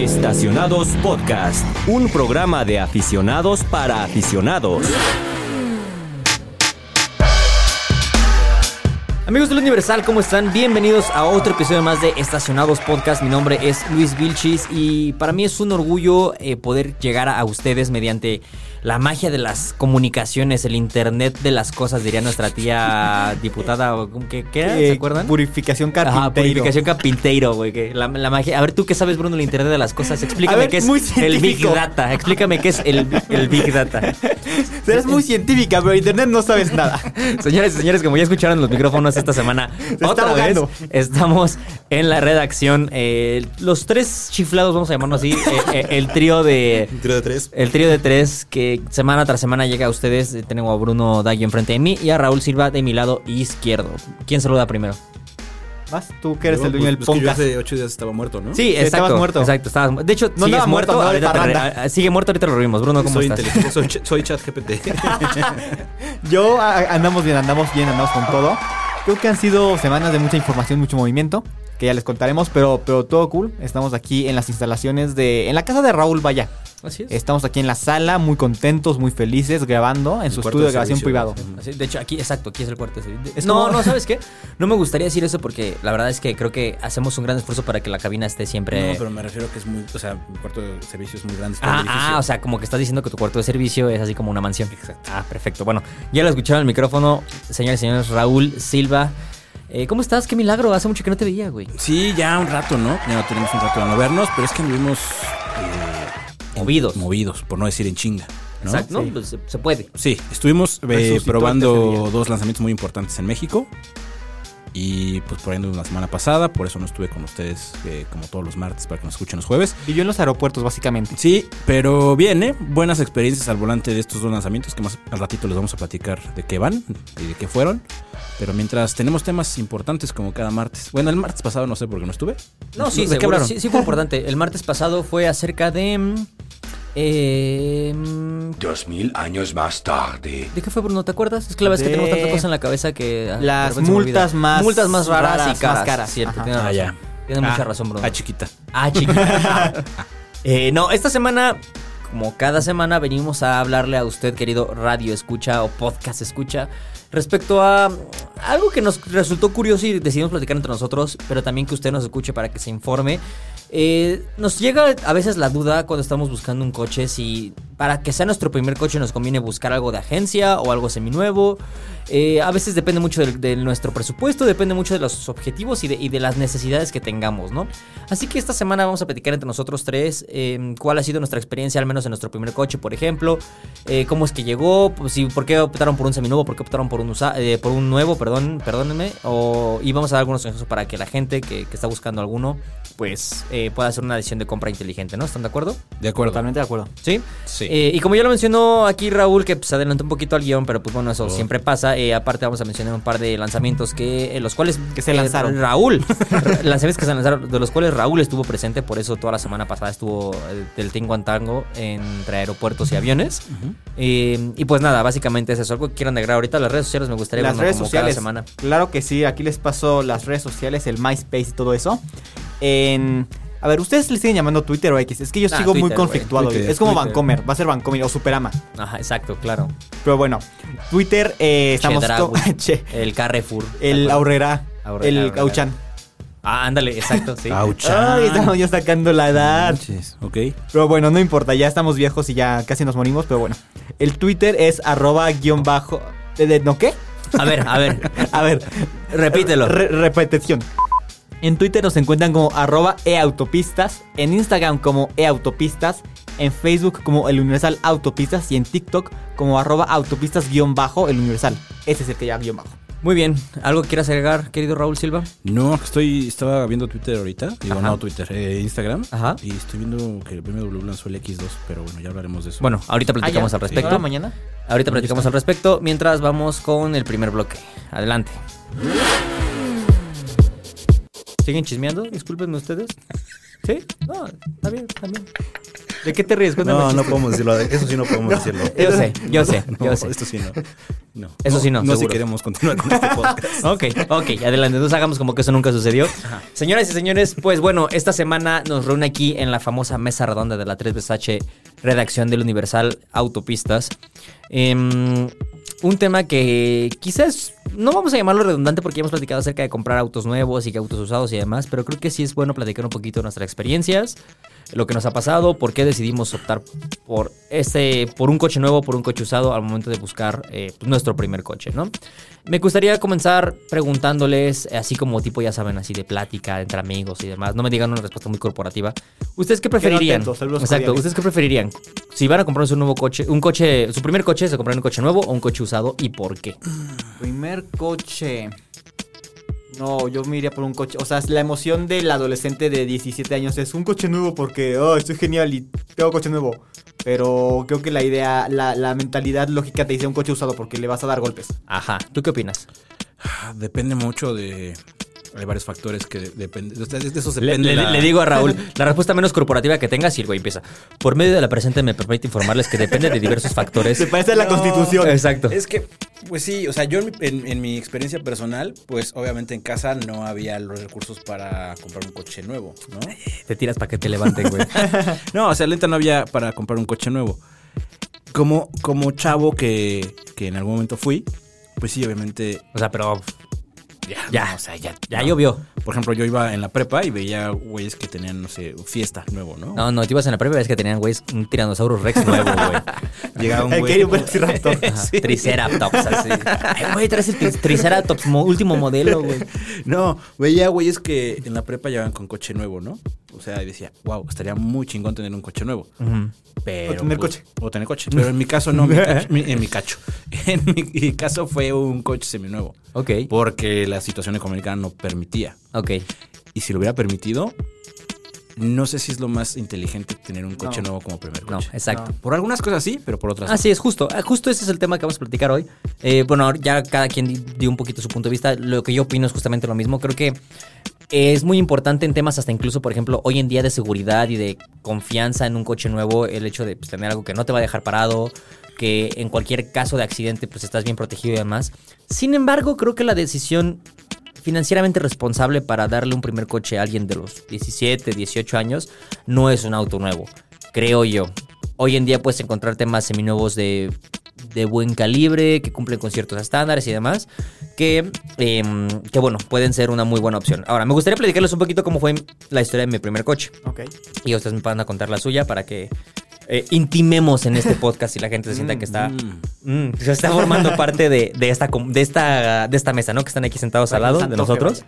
Estacionados Podcast, un programa de aficionados para aficionados. Amigos del Universal, ¿cómo están? Bienvenidos a otro episodio más de Estacionados Podcast. Mi nombre es Luis Vilchis y para mí es un orgullo poder llegar a ustedes mediante la magia de las comunicaciones, el internet de las cosas, diría nuestra tía diputada. ¿Qué era? ¿Se acuerdan? Purificación carpinteiro. Ajá, purificación carpinteiro, güey. La magia. A ver, tú qué sabes, Bruno, el internet de las cosas. Explícame qué es el Big Data. Explícame qué es el Big Data. Eres muy científica, pero internet no sabes nada. Señores y señores, como ya escucharon los micrófonos esta semana, otra vez estamos en la redacción. Los tres chiflados, vamos a llamarnos así. El trío de tres. El trío de tres que semana tras semana llega a ustedes. Tengo a Bruno Daggio enfrente de mí y a Raúl Silva de mi lado izquierdo. ¿Quién saluda primero? Vas, tú que eres el dueño del podcast. Yo hace 8 días estaba muerto, ¿no? Sí, exacto. Estabas muerto. Exacto, estabas. De hecho, no sigues muerto. Sigue muerto, ahorita lo revimos. Bruno, ¿cómo estás? Soy ChatGPT. Yo andamos bien con todo. Creo que han sido semanas de mucha información, mucho movimiento, que ya les contaremos, pero todo cool. Estamos aquí en las instalaciones en la casa de Raúl, vaya. Así es. Estamos aquí en la sala, muy contentos, muy felices, grabando en su estudio de grabación privado. Así, de hecho, aquí es el cuarto de servicio. No, ¿sabes qué? No me gustaría decir eso porque la verdad es que creo que hacemos un gran esfuerzo para que la cabina esté siempre... No, pero me refiero a que es muy... O sea, mi cuarto de servicio es muy grande. O sea, como que estás diciendo que tu cuarto de servicio es así como una mansión. Exacto. Perfecto. Bueno, ya lo escucharon el micrófono, señores y señores. Raúl Silva. ¿Cómo estás? Qué milagro, hace mucho que no te veía, güey. Sí, ya un rato, ¿no? Ya tenemos un rato de no vernos, pero es que anduvimos... Movidos, por no decir en chinga, ¿no? Exacto, sí. ¿no? Pues se puede. Sí, estuvimos probando 2 lanzamientos muy importantes en México. Y pues por ahí anduve la semana pasada, por eso no estuve con ustedes como todos los martes para que nos escuchen los jueves. Y yo en los aeropuertos, básicamente. Sí, pero bien, buenas experiencias al volante de estos 2 lanzamientos que más al ratito les vamos a platicar de qué van y de qué fueron. Pero mientras tenemos temas importantes como cada martes. Bueno, el martes pasado no sé por qué no estuve. No, sí, ¿de qué hablaron? Sí fue importante. El martes pasado fue acerca de... 2000 años más tarde. ¿De qué fue, Bruno? ¿Te acuerdas? Es que la verdad es que tenemos tanta cosa en la cabeza que... Las multas más raras y caras. Más caras. Cierto, tienes razón. Ya. Tienes mucha razón, Bruno. Chiquita. Chiquita. No, esta semana, como cada semana, venimos a hablarle a usted, querido radio escucha o podcast escucha, respecto a algo que nos resultó curioso y decidimos platicar entre nosotros, pero también que usted nos escuche para que se informe. Nos llega a veces la duda cuando estamos buscando un coche si para que sea nuestro primer coche nos conviene buscar algo de agencia o algo seminuevo. A veces depende mucho de nuestro presupuesto, depende mucho de los objetivos y de las necesidades que tengamos, ¿no? Así que esta semana vamos a platicar entre nosotros tres cuál ha sido nuestra experiencia, al menos en nuestro primer coche, por ejemplo, cómo es que llegó, pues, por qué optaron por un seminuevo, por qué optaron por un nuevo, perdónenme, y vamos a dar algunos consejos para que la gente que está buscando alguno, pues pueda hacer una decisión de compra inteligente, ¿no? ¿Están de acuerdo? De acuerdo. Totalmente de acuerdo. ¿Sí? Sí. Y como ya lo mencionó aquí Raúl, que pues adelantó un poquito al guión, pero pues bueno, eso siempre pasa. Aparte vamos a mencionar un par de lanzamientos los cuales se lanzaron. Raúl, lanzamientos que se lanzaron, de los cuales Raúl estuvo presente, por eso toda la semana pasada estuvo del tingo en tango entre aeropuertos y aviones. Uh-huh. Y pues nada, básicamente es eso. Algo que quieran agregar ahorita, las redes sociales me gustaría las redes como sociales, cada semana. Claro que sí, aquí les paso las redes sociales, el MySpace y todo eso. A ver, ¿ustedes le siguen llamando Twitter o X? Es que yo sigo Twitter, muy conflictuado. Twitter, es como Twitter. Vancomer, va a ser Vancomer o Superama. Ajá, exacto, claro. Pero bueno, Twitter, estamos... El Carrefour. El Aurrera, el Auchan. Ándale, exacto, sí. Ay, estamos ya sacando la edad. Ok. Pero bueno, no importa, ya estamos viejos y ya casi nos morimos, pero bueno. El Twitter es @_... ¿No qué? A ver. Repítelo. Repetición. En Twitter nos encuentran como @eautopistas, en Instagram como eautopistas, en Facebook como el Universal Autopistas y en TikTok como @autopistas_el Universal. Ese es el que lleva _. Muy bien, ¿algo que quieras agregar, querido Raúl Silva? No, estaba viendo Twitter ahorita. Digo, Ajá. no Twitter, Instagram. Ajá. Y estoy viendo que el BMW lanzó el X2, pero bueno, ya hablaremos de eso. Bueno, ahorita platicamos al respecto. ¿Ah, mañana? Ahorita platicamos al respecto, mientras vamos con el primer bloque. Adelante. ¿Siguen chismeando? Discúlpenme ustedes. ¿Sí? No, está bien. ¿De qué te ríes? Cuéntame No, el no chiste. podemos decirlo. Eso sí no podemos decirlo. Yo sé. Esto sí no. No. Eso sí no, No, si seguro. queremos continuar con este podcast. Ok, adelante. Entonces hagamos como que eso nunca sucedió. Señoras y señores, pues bueno, esta semana nos reúne aquí en la famosa mesa redonda de la 3BSH redacción del Universal Autopistas. Un tema que quizás no vamos a llamarlo redundante porque ya hemos platicado acerca de comprar autos nuevos y que autos usados y demás, pero creo que sí es bueno platicar un poquito de nuestras experiencias, lo que nos ha pasado, por qué decidimos optar por un coche nuevo, por un coche usado al momento de buscar nuestro primer coche, ¿no? Me gustaría comenzar preguntándoles, así como tipo, ya saben, así de plática entre amigos y demás. No me digan una respuesta muy corporativa. ¿Ustedes qué preferirían? atentos, saludos Exacto, cordiales. ¿ustedes qué preferirían? Si van a comprarse un nuevo coche, su primer coche, ¿se comprarían un coche nuevo o un coche usado y por qué? Primer coche. No, yo me iría por un coche. O sea, la emoción del adolescente de 17 años es un coche nuevo porque, estoy genial y tengo coche nuevo. Pero creo que la idea, la mentalidad lógica te dice un coche usado porque le vas a dar golpes. Ajá, ¿tú qué opinas? Depende mucho de... Hay varios factores que dependen. De esos Le depende la... digo a Raúl, la respuesta menos corporativa que tengas y el güey empieza. Por medio de la presente me permite informarles que depende de diversos factores. Se parece a la Constitución. Exacto. Es que, pues sí, o sea, yo en mi experiencia personal, pues obviamente en casa no había los recursos para comprar un coche nuevo, ¿no? Te tiras para que te levanten, güey. No, o sea, lenta no había para comprar un coche nuevo. Como chavo que en algún momento fui, pues sí, obviamente... O sea, pero Ya, ya, no, o sea, ya llovió. Por ejemplo, yo iba en la prepa y veía güeyes que tenían, no sé, fiesta nuevo, ¿no? No, tú ibas en la prepa y ves que tenían, güey, un Tyrannosaurus Rex nuevo, güey. Llegaba un El güey... que un velociraptor. Ajá, Triceratops, así. Ay, güey, traes el Triceratops último modelo, güey. No, veía güeyes que en la prepa llegaban con coche nuevo, ¿no? O sea, y decía, wow, estaría muy chingón tener un coche nuevo. Pero, O tener coche. O tener coche. Pero en mi caso no, en mi caso fue un coche seminuevo. Ok, Porque la situación económica no permitía. ok. Y si lo hubiera permitido, no sé si es lo más inteligente tener un coche No. nuevo como primer No, coche. exacto. Por algunas cosas sí, pero por otras no. Así es, justo ese es el tema que vamos a platicar hoy. Bueno, ya cada quien dio un poquito su punto de vista. Lo que yo opino es justamente lo mismo. Creo que es muy importante en temas hasta incluso, por ejemplo, hoy en día de seguridad y de confianza en un coche nuevo, el hecho de pues, tener algo que no te va a dejar parado, que en cualquier caso de accidente pues estás bien protegido y demás. Sin embargo, creo que la decisión financieramente responsable para darle un primer coche a alguien de los 17, 18 años no es un auto nuevo, creo yo. Hoy en día puedes encontrar temas seminuevos de buen calibre, que cumplen con ciertos estándares y demás, que bueno, pueden ser una muy buena opción. Ahora, me gustaría platicarles un poquito cómo fue la historia de mi primer coche. Ok. Y ustedes me van a contar la suya para que intimemos en este podcast y la gente se sienta que está... se está formando parte de esta mesa, ¿no? Que están aquí sentados al lado de nosotros.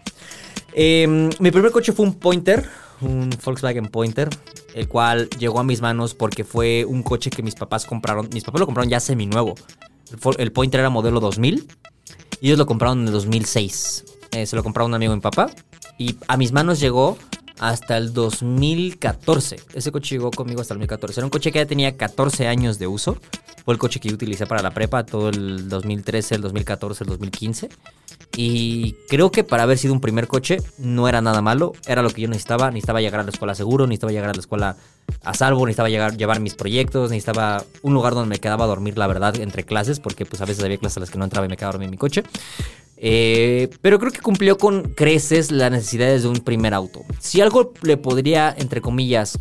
Mi primer coche fue un Pointer, un Volkswagen Pointer, el cual llegó a mis manos porque fue un coche que mis papás compraron. Mis papás lo compraron ya seminuevo. El Pointer era modelo 2000 y ellos lo compraron en el 2006. Se lo compraron un amigo de mi papá y a mis manos llegó hasta el 2014. Ese coche llegó conmigo hasta el 2014. Era un coche que ya tenía 14 años de uso. Fue el coche que yo utilicé para la prepa todo el 2013, el 2014, el 2015. Y creo que para haber sido un primer coche no era nada malo. Era lo que yo necesitaba. Necesitaba llegar a la escuela seguro, necesitaba llegar a la escuela a salvo, necesitaba llevar mis proyectos, necesitaba un lugar donde me quedaba a dormir, la verdad, entre clases, porque pues a veces había clases a las que no entraba y me quedaba a dormir en mi coche. Pero creo que cumplió con creces las necesidades de un primer auto. Si algo le podría, entre comillas,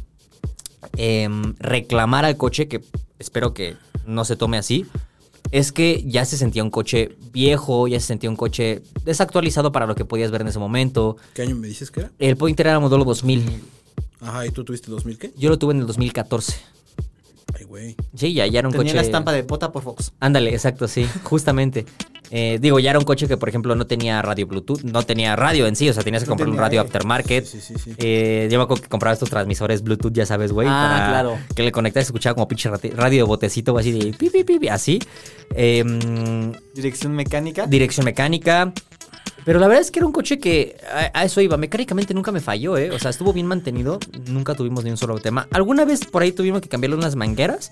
reclamar al coche, que espero que no se tome así, es que ya se sentía un coche viejo, ya se sentía un coche desactualizado para lo que podías ver en ese momento. ¿Qué año me dices que era? El Pointer era modelo 2000. Ajá, ¿y tú tuviste 2000 qué? Yo lo tuve en el 2014. Ay, güey. Sí, ya era un Tenía coche... la estampa de Pota por Fox. Ándale, exacto, sí, justamente. Ya era un coche que, por ejemplo, no tenía radio Bluetooth, no tenía radio en sí, o sea, tenías que No comprar un tenía, radio aftermarket. Sí. Yo me acuerdo que compraba estos transmisores Bluetooth, ya sabes, güey. Ah, para claro. Que le conectas y escuchaba como pinche radio de botecito, así de pi, pi, pi, pi, así. Dirección mecánica. Dirección mecánica. Pero la verdad es que era un coche que a eso iba. Mecánicamente nunca me falló, ¿eh? O sea, estuvo bien mantenido. Nunca tuvimos ni un solo tema. Alguna vez por ahí tuvimos que cambiarle unas mangueras.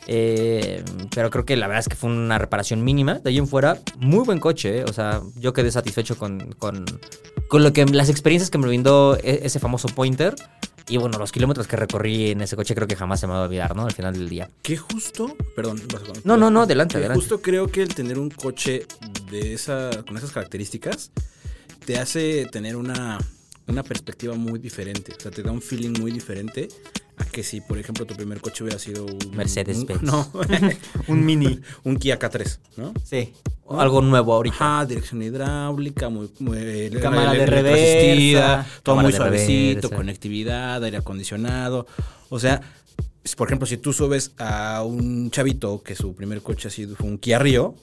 Pero creo que la verdad es que fue una reparación mínima. De ahí en fuera, muy buen coche, ¿eh? O sea, yo quedé satisfecho con lo que las experiencias que me brindó ese famoso Pointer. Y bueno, los kilómetros que recorrí en ese coche creo que jamás se me va a olvidar, ¿no? Al final del día. Que justo, perdón. No, adelante, que adelante. Justo creo que el tener un coche con esas características te hace tener una perspectiva muy diferente. O sea, te da un feeling muy diferente a que si, por ejemplo, tu primer coche hubiera sido un Mercedes-Benz. No, Un mini. un Kia K3, ¿no? Sí. Algo nuevo ahorita. Ajá, dirección hidráulica, muy Cámara de electroasistida, reversa. todo Cámara muy de suavecito, reversa. conectividad, aire acondicionado. O sea, por ejemplo, si tú subes a un chavito que su primer coche fue un Kia Rio,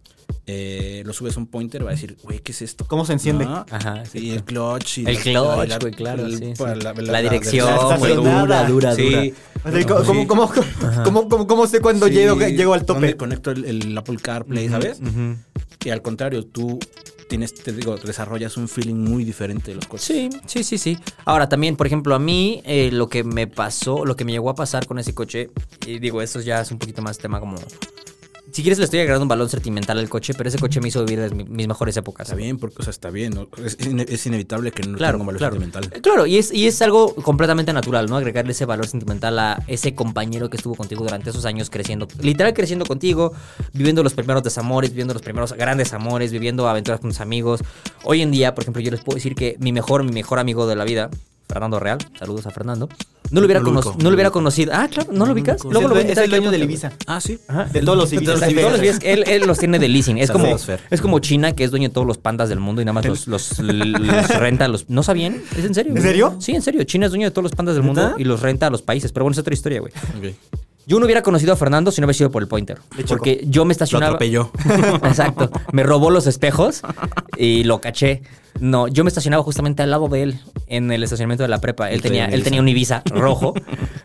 lo subes a un Pointer, va a decir, güey, ¿qué es esto? ¿Cómo se enciende? ¿No? Ajá, Sí, sí. el clutch. El clutch, güey, claro, sí, sí. La dirección, güey, dura, dura. Sí. O sea, ¿cómo sé cuándo Sí, llego al tope? ¿dónde conecto el Apple CarPlay, sabes? Y al contrario, tú desarrollas un feeling muy diferente de los coches. Sí. Ahora, también, por ejemplo, a mí lo que me pasó, lo que me llegó a pasar con ese coche, y digo, eso ya es un poquito más tema como... Si quieres le estoy agregando un valor sentimental al coche, pero ese coche me hizo vivir mis mejores épocas. Está bien, porque, o sea, está bien, ¿no? Es inevitable que no Claro, tenga un valor claro. sentimental. Claro, y es algo completamente natural, ¿no? Agregarle ese valor sentimental a ese compañero que estuvo contigo durante esos años creciendo, literal creciendo contigo, viviendo los primeros desamores, viviendo los primeros grandes amores, viviendo aventuras con tus amigos. Hoy en día, por ejemplo, yo les puedo decir que mi mejor amigo de la vida, Fernando Real, saludos a Fernando, no lo hubiera conocido. Ah, claro, ¿no lo ubicas? Luego lo voy a Es invitar el dueño aquí al del podcast. Ibiza. Ah, sí. Ajá. De todos los Ibizas. De todos los días, él los tiene de leasing. Es Saludos, Fer. como China, que es dueño de todos los pandas del mundo y nada más los renta. ¿No sabían? ¿Es en serio? ¿En güey. serio? Sí, en serio. China es dueño de todos los pandas del mundo ¿Neta? y los renta a los países. Pero bueno, es otra historia, güey. Ok. Yo no hubiera conocido a Fernando si no hubiera sido por el Pointer. Porque yo me Lo estacionaba... atropelló. Exacto. Me robó los espejos y lo caché. No, yo me estacionaba justamente al lado de él en el estacionamiento de la prepa. Él tenía un Ibiza rojo.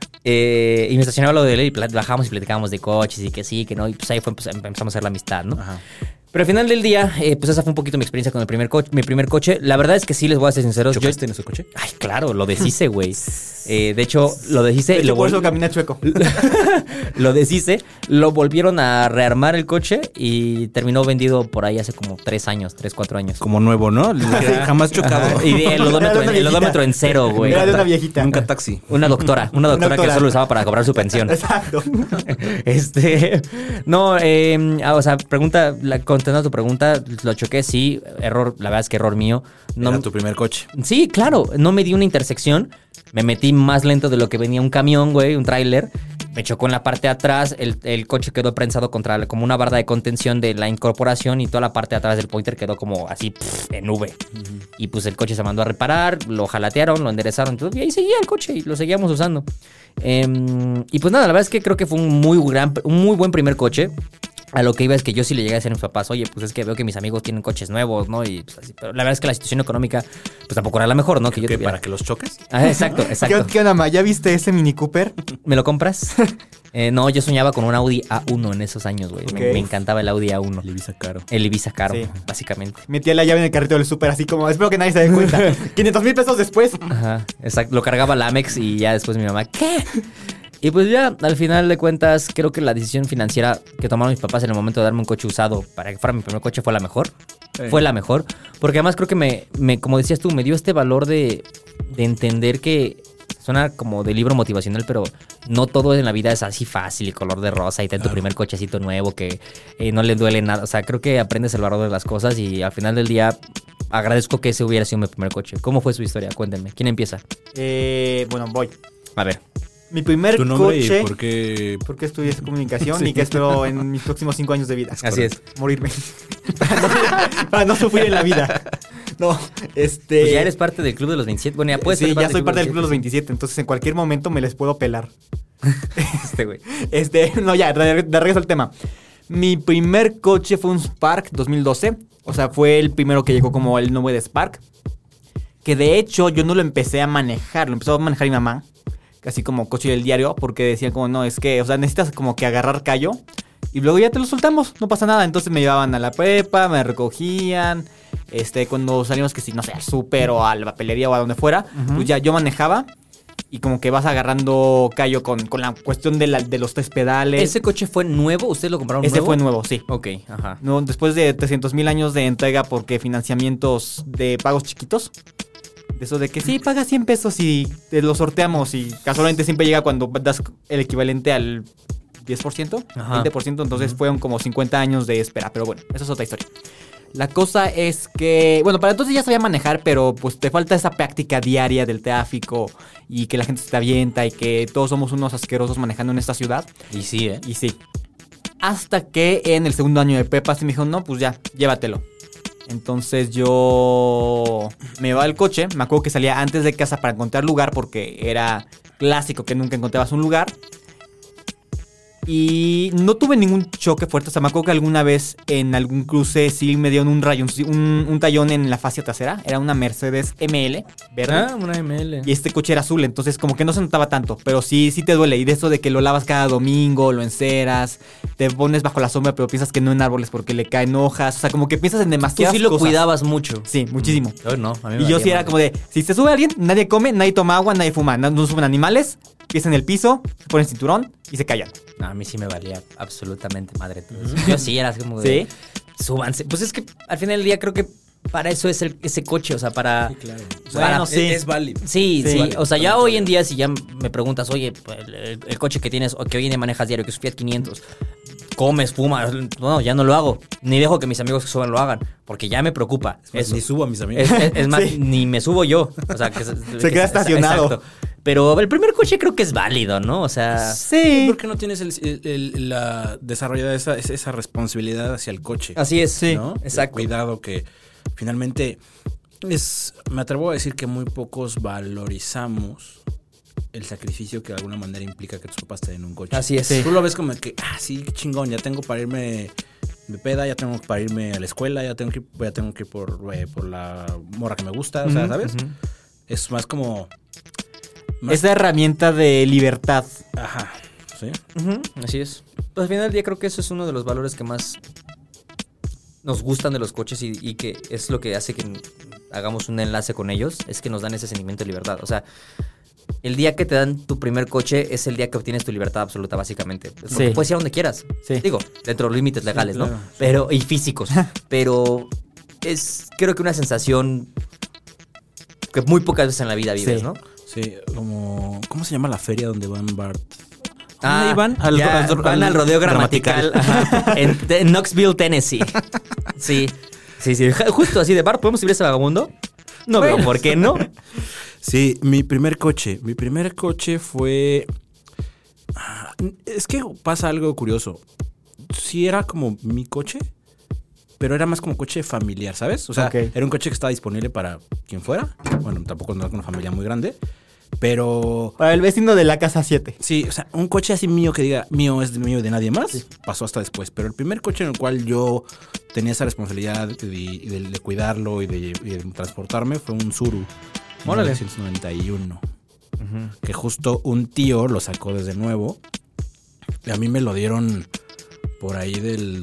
Y me estacionaba al lado de él y bajábamos y platicábamos de coches y que sí, que no. Y pues ahí empezamos a hacer la amistad, ¿no? Ajá. Pero al final del día, pues esa fue un poquito mi experiencia con mi primer coche. La verdad es que sí, les voy a ser sinceros. ¿Chocaste en ese coche? Ay, claro, lo deshice, güey. De hecho, lo deshice. De hecho, por eso camina chueco. Lo deshice, lo volvieron a rearmar el coche y terminó vendido por ahí hace como 4 años. Como nuevo, ¿no? Jamás chocado. Y el odómetro en cero, güey. Era de una viejita. Nunca taxi. Una doctora que solo usaba para cobrar su pensión. Exacto. O sea, contestando a tu pregunta, lo choqué, sí, error, la verdad es que error mío. No, Era tu primer coche. sí, claro, no me di una intersección, me metí más lento de lo que venía un camión, güey, un tráiler. Me chocó en la parte de atrás, el coche quedó prensado contra como una barda de contención de la incorporación y toda la parte de atrás del Pointer quedó como así en nube. Y pues el coche se mandó a reparar, lo jalatearon, lo enderezaron y ahí seguía el coche y lo seguíamos usando. Y pues nada, la verdad es que creo que fue un muy buen primer coche. A lo que iba es que yo sí le llegué a decir a mis papás, oye, pues es que veo que mis amigos tienen coches nuevos, ¿no? Y pues así, pero la verdad es que la situación económica pues tampoco era la mejor, ¿no? Que yo ¿Qué, tuviera. para que los choques? Ah, exacto. ¿Qué onda, ma? ¿Ya viste ese Mini Cooper? ¿Me lo compras? No, yo soñaba con un Audi A1 en esos años, güey. Ok. Me encantaba el Audi A1. El Ibiza caro. El Ibiza caro, Sí. básicamente. Metía la llave en el carrito del súper así como, espero que nadie se dé cuenta. 500,000 pesos después. Ajá, exacto. Lo cargaba la Amex y ya después mi mamá, ¿qué? Y pues ya, al final de cuentas, creo que la decisión financiera que tomaron mis papás en el momento de darme un coche usado para que fuera mi primer coche fue la mejor. Sí. Fue la mejor. Porque además creo que me como decías tú, me dio este valor de entender que suena como de libro motivacional, pero no todo en la vida es así fácil y color de rosa y ten tu primer cochecito nuevo que no le duele nada. O sea, creo que aprendes el valor de las cosas y al final del día agradezco que ese hubiera sido mi primer coche. ¿Cómo fue su historia? Cuéntenme. ¿Quién empieza? Bueno, voy. A ver. Mi primer ¿Tu nombre coche. y por qué? Porque estudié comunicación y que espero en mis próximos 5 años de vida. Así es. Morirme. para no sufrir en la vida. No, Pues ya eres parte del Club de los 27. Bueno, ya puedes sí, ser ya soy parte del Club Club de los 27, entonces en cualquier momento me les puedo pelar. güey. No, ya, de regreso al tema. Mi primer coche fue un Spark 2012. O sea, fue el primero que llegó como el nombre de Spark. Que de hecho yo no lo empecé a manejar, lo empezó a manejar mi mamá. Así como coche del diario, porque decían como, no, es que, o sea, necesitas como que agarrar callo. Y luego ya te lo soltamos, no pasa nada. Entonces me llevaban a la prepa, me recogían. Cuando salimos, que si, no sé, al súper o a la papelería o a donde fuera, pues ya yo manejaba. Y como que vas agarrando callo con la cuestión de los 3 pedales. ¿Ese coche fue nuevo? ¿Ustedes lo compraron nuevo? Ese fue nuevo, sí. Ok, ajá. No, después de 300,000 años de entrega porque financiamientos de pagos chiquitos. De eso de que sí, paga 100 pesos y te lo sorteamos. Y casualmente siempre llega cuando das el equivalente al 10%, Ajá. 20%. Entonces fueron como 50 años de espera. Pero bueno, eso es otra historia. La cosa es que, bueno, para entonces ya sabía manejar, pero pues te falta esa práctica diaria del tráfico y que la gente se te avienta y que todos somos unos asquerosos manejando en esta ciudad. Y sí, Y sí. Hasta que en el segundo año de prepa se me dijo, no, pues ya, llévatelo. Entonces yo me iba al coche. Me acuerdo que salía antes de casa para encontrar lugar porque era clásico que nunca encontrabas un lugar. Y no tuve ningún choque fuerte. O sea, me acuerdo que alguna vez en algún cruce sí me dieron un rayón, un tallón en la fascia trasera. Era una Mercedes ML verde. una ML. Y este coche era azul, entonces como que no se notaba tanto. Pero sí te duele. Y de eso de que lo lavas cada domingo, lo enceras, te pones bajo la sombra, pero piensas que no en árboles porque le caen hojas. O sea, como que piensas en Tú demasiadas sí lo cosas. cuidabas mucho. Sí, muchísimo. Yo no, a mí me Y yo valía sí era madre. como de, si se sube alguien, nadie come, nadie toma agua, nadie fuma, no suben animales, pies en el piso, se ponen cinturón y se callan. No, a mí sí me valía absolutamente madre todo eso. Yo sí era así como de... Súbanse. Pues es que al final del día creo que para eso es ese coche, o sea, para... Sí, claro. O sea, Bueno, sí. es válido. Sí, Sí. sí. O sea, ya hoy en día si ya me preguntas, oye, el coche que tienes o que hoy en día manejas diario, que es Fiat 500, comes, fumas, no, ya no lo hago. Ni dejo que mis amigos que suban lo hagan, porque ya me preocupa. Eso. Eso. Ni subo a mis amigos. Es más, Sí. ni me subo yo. O sea, que Se queda estacionado. Exacto. Pero el primer coche creo que es válido, ¿no? O sea, Sí. ¿Por qué no tienes la desarrollada esa responsabilidad hacia el coche? así es. Sí, ¿no? exacto. El cuidado que finalmente me atrevo a decir que muy pocos valorizamos el sacrificio que de alguna manera implica que tus papás te den un coche. Así es. Sí. Tú lo ves como que, sí, qué chingón, ya tengo para irme de peda, ya tengo para irme a la escuela, ya tengo que ir por la morra que me gusta, o sea, Ujú, ¿sabes? Ujú. Es más como... más- Esa herramienta de libertad. Ajá, ¿sí? Ujú, así es. Pues al final del día creo que eso es uno de los valores que más nos gustan de los coches y que es lo que hace que hagamos un enlace con ellos, es que nos dan ese sentimiento de libertad. O sea, el día que te dan tu primer coche es el día que obtienes tu libertad absoluta, básicamente. Porque Sí. puedes ir a donde quieras. Sí. Digo, dentro de los límites legales, claro, ¿no? sí. Pero, y físicos. Pero es, creo que una sensación que muy pocas veces en la vida vives, Sí. ¿no? Sí, como... ¿Cómo se llama la feria donde van Bart? Ah, Iban van al rodeo gramatical, ajá, en Knoxville, Tennessee. Sí. Justo así de Bart, ¿podemos subir ese vagabundo? No veo por qué no. Sí, mi primer coche fue... Es que pasa algo curioso. Sí era como mi coche, pero era más como coche familiar, ¿sabes? O sea, Ok. era un coche que estaba disponible para quien fuera. Bueno, tampoco no era una familia muy grande, pero... Para el vecino de la casa 7. Sí, o sea, un coche así mío que diga mío es mío de nadie más, pasó hasta después. Pero el primer coche en el cual yo tenía esa responsabilidad de cuidarlo y de transportarme fue un Tsuru. Órale. 1991. Que justo un tío lo sacó desde nuevo. Y a mí me lo dieron por ahí del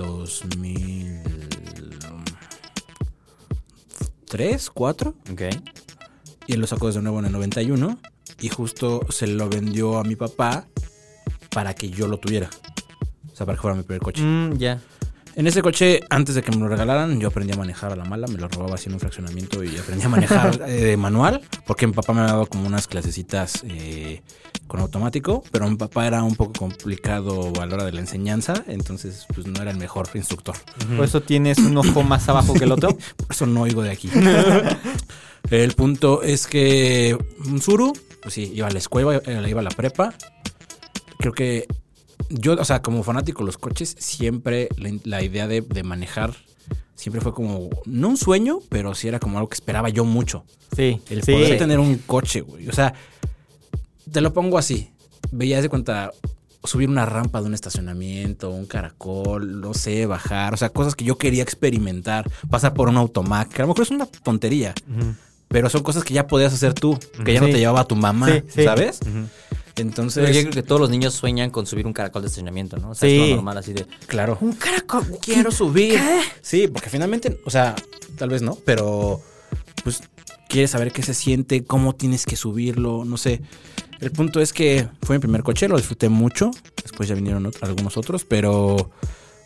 2003, 4. Ok. Y él lo sacó desde nuevo en el 91. Y justo se lo vendió a mi papá para que yo lo tuviera. O sea, para que fuera mi primer coche. Ya. En ese coche, antes de que me lo regalaran, yo aprendí a manejar a la mala. Me lo robaba así en un fraccionamiento y aprendí a manejar manual. Porque mi papá me ha dado como unas clasecitas con automático. Pero mi papá era un poco complicado a la hora de la enseñanza. Entonces, pues no era el mejor instructor. Por eso tienes un ojo más abajo que el otro. Por eso no oigo de aquí. El punto es que un Tsuru, pues sí, iba a la escuela, iba a la prepa. Creo que yo, o sea, como fanático de los coches, siempre la idea de manejar siempre fue como, no un sueño, pero sí era como algo que esperaba yo mucho. Sí. El sí. poder tener un coche, güey. O sea, te lo pongo así. Veías de cuenta subir una rampa de un estacionamiento, un caracol, no sé, bajar. O sea, cosas que yo quería experimentar. Pasar por un automac, que a lo mejor es una tontería. Pero son cosas que ya podías hacer tú, que ya no Sí. te llevaba tu mamá, Sí, sí. ¿sabes? Pero Entonces, yo creo que todos los niños sueñan con subir un caracol de estacionamiento, ¿no? O sea, Sí. es lo normal así de... claro. Un caracol, Quiero subir. Sí, porque finalmente, o sea, tal vez no, pero pues quieres saber qué se siente, cómo tienes que subirlo, no sé. El punto es que fue mi primer coche, lo disfruté mucho. Después ya vinieron algunos otros, pero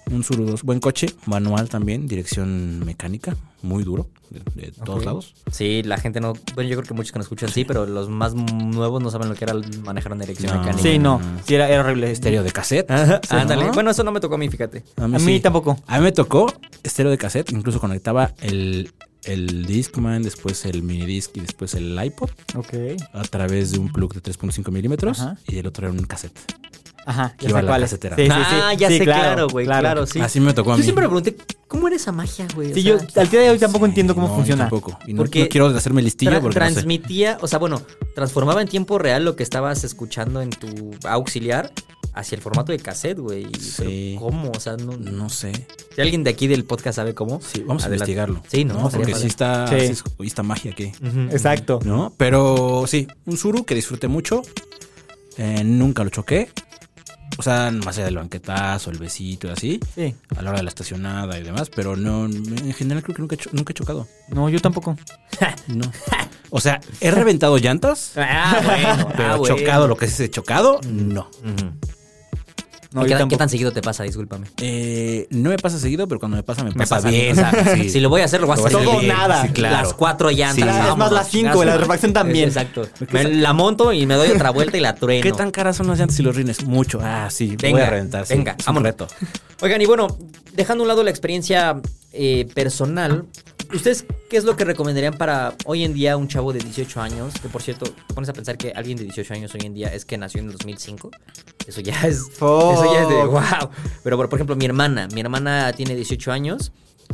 Un Tsuru 2, buen coche, manual también, dirección mecánica, muy duro, de todos lados. Sí, la gente no... Bueno, yo creo que muchos que nos escuchan sí, pero los más nuevos no saben lo que era manejar una dirección No. mecánica. Sí, no. Sí, era horrible. Estéreo de cassette. Ajá, Sí, ándale. ¿no? Bueno, eso no me tocó a mí, fíjate. A mí sí. tampoco. A mí me tocó estéreo de cassette, incluso conectaba el Discman, después el minidisc y después el iPod Ok. a través de un plug de 3.5 milímetros Ajá. y el otro era un cassette. Ajá. Que iba a la casetera. Sí, sí, sí. Ah, ya Sí, sé, claro, güey. Claro, sí. Así me tocó a mí. Yo siempre me pregunté, ¿cómo era esa magia, güey? O Sí, sea, yo al día de hoy tampoco Sí, entiendo cómo no, funciona. Yo tampoco. Y no, Porque no quiero hacerme listillo porque no sé. transmitía, o sea, bueno, transformaba en tiempo real lo que estabas escuchando en tu auxiliar hacia el formato de cassette, güey. Sí. Pero ¿cómo? O sea, no... No sé. Si alguien de aquí del podcast sabe cómo. Sí, vamos a adelante. investigarlo. Sí, ¿no? Sería Porque padre. sí está, Sí. sí está magia aquí. Ujú. Exacto. ¿No? Pero sí, un Tsuru que disfruté mucho. Nunca lo choqué. O sea, más allá del banquetazo, el besito y así. Sí. A la hora de la estacionada y demás. Pero no, en general creo que nunca he chocado. No, yo tampoco. No. O sea, he reventado llantas. Ah, bueno. Pero bueno. chocado, lo que es ese chocado, no. Ujú. No, ¿Y yo qué tampoco. tan seguido te pasa? Discúlpame. No me pasa seguido, pero cuando me pasa Me pasa pasa bien. bien. O sea, Sí. si lo voy a hacer, lo voy a hacer Todo o bien. nada. Sí, claro. Las 4 llantas. Sí. Es más, vámonos, las 5, chingazo. la refacción también. Exacto. Me la monto y me doy otra vuelta y la trueno. ¿Qué tan caras son las llantas y los rines? Mucho. Ah, sí, voy Venga, a reventar. Sí, venga, es un vámonos. reto. Oigan, y bueno, dejando a un lado la experiencia personal, ¿ustedes qué es lo que recomendarían para hoy en día un chavo de 18 años? Que por cierto, te pones a pensar que alguien de 18 años hoy en día es que nació en el 2005. Eso ya es... Fuck. Eso ya es de wow. Pero por ejemplo, mi hermana tiene 18 años.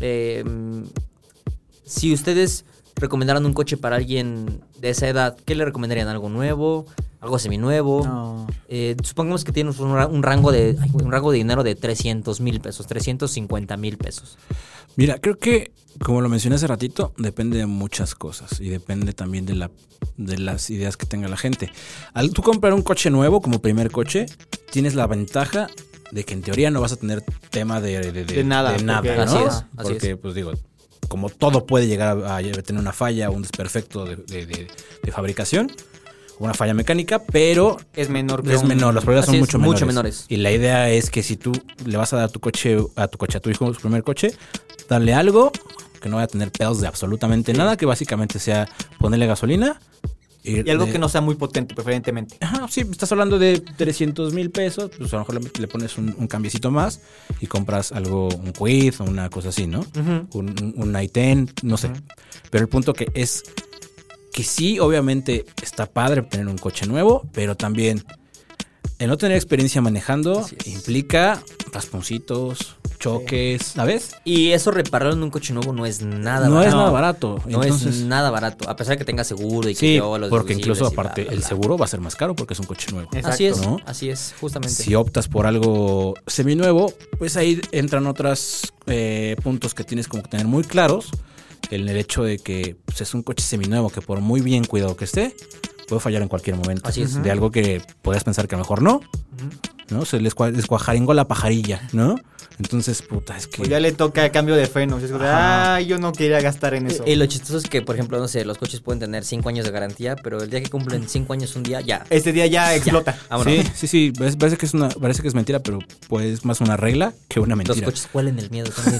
Si ustedes recomendaran un coche para alguien de esa edad, ¿qué le recomendarían? ¿Algo nuevo? ¿Algo seminuevo? No. Supongamos que tienes un rango de dinero de 300,000 pesos, 350,000 pesos. Mira, creo que, como lo mencioné hace ratito, depende de muchas cosas y depende también de las ideas que tenga la gente. Al tú comprar un coche nuevo como primer coche, tienes la ventaja de que en teoría no vas a tener tema de nada, porque- ¿no? Así es, así Porque, es. pues digo, como todo puede llegar a tener una falla o un desperfecto de fabricación, una falla mecánica, pero Es menor que es un- menor, las probabilidades Así son es, mucho mucho menores. menores. Y la idea es que si tú le vas a dar a tu hijo su primer coche, darle algo que no vaya a tener pedos de absolutamente nada, que básicamente sea ponerle gasolina. Y algo que no sea muy potente, preferentemente. Ajá, sí, estás hablando de 300,000 pesos, pues a lo mejor le pones un cambiecito más y compras algo, un Quid o una cosa así, ¿no? Un i10, no sé. Pero el punto que es que sí, obviamente está padre tener un coche nuevo, pero también el no tener experiencia manejando Así es. implica rasponcitos, choques, ¿sabes? Y eso repararlo en un coche nuevo no es nada No barato. es nada barato. No Entonces, es nada barato, a pesar de que tenga seguro y que sí, yo los porque deducibles incluso y bla, aparte bla, el bla. seguro va a ser más caro porque es un coche nuevo. Exacto, Así es, ¿no? así es, justamente. Si optas por algo seminuevo, pues ahí entran otros puntos que tienes como que tener muy claros. En el hecho de que pues, es un coche seminuevo que por muy bien cuidado que esté, puede fallar en cualquier momento. Así es. De algo que podrías pensar que a lo mejor no. ¿No? Se les descuajaringó la pajarilla, ¿no? Entonces, puta, es que... Pues ya le toca cambio de frenos. Es como de, Ajá. yo no quería gastar en eso. Lo chistoso es que, por ejemplo, no sé, los coches pueden tener 5 años de garantía, pero el día que cumplen 5 años un día, ya. Este día ya explota. Vámonos. Sí. Parece que es mentira, pero pues más una regla que una Los mentira. coches huelen el miedo también.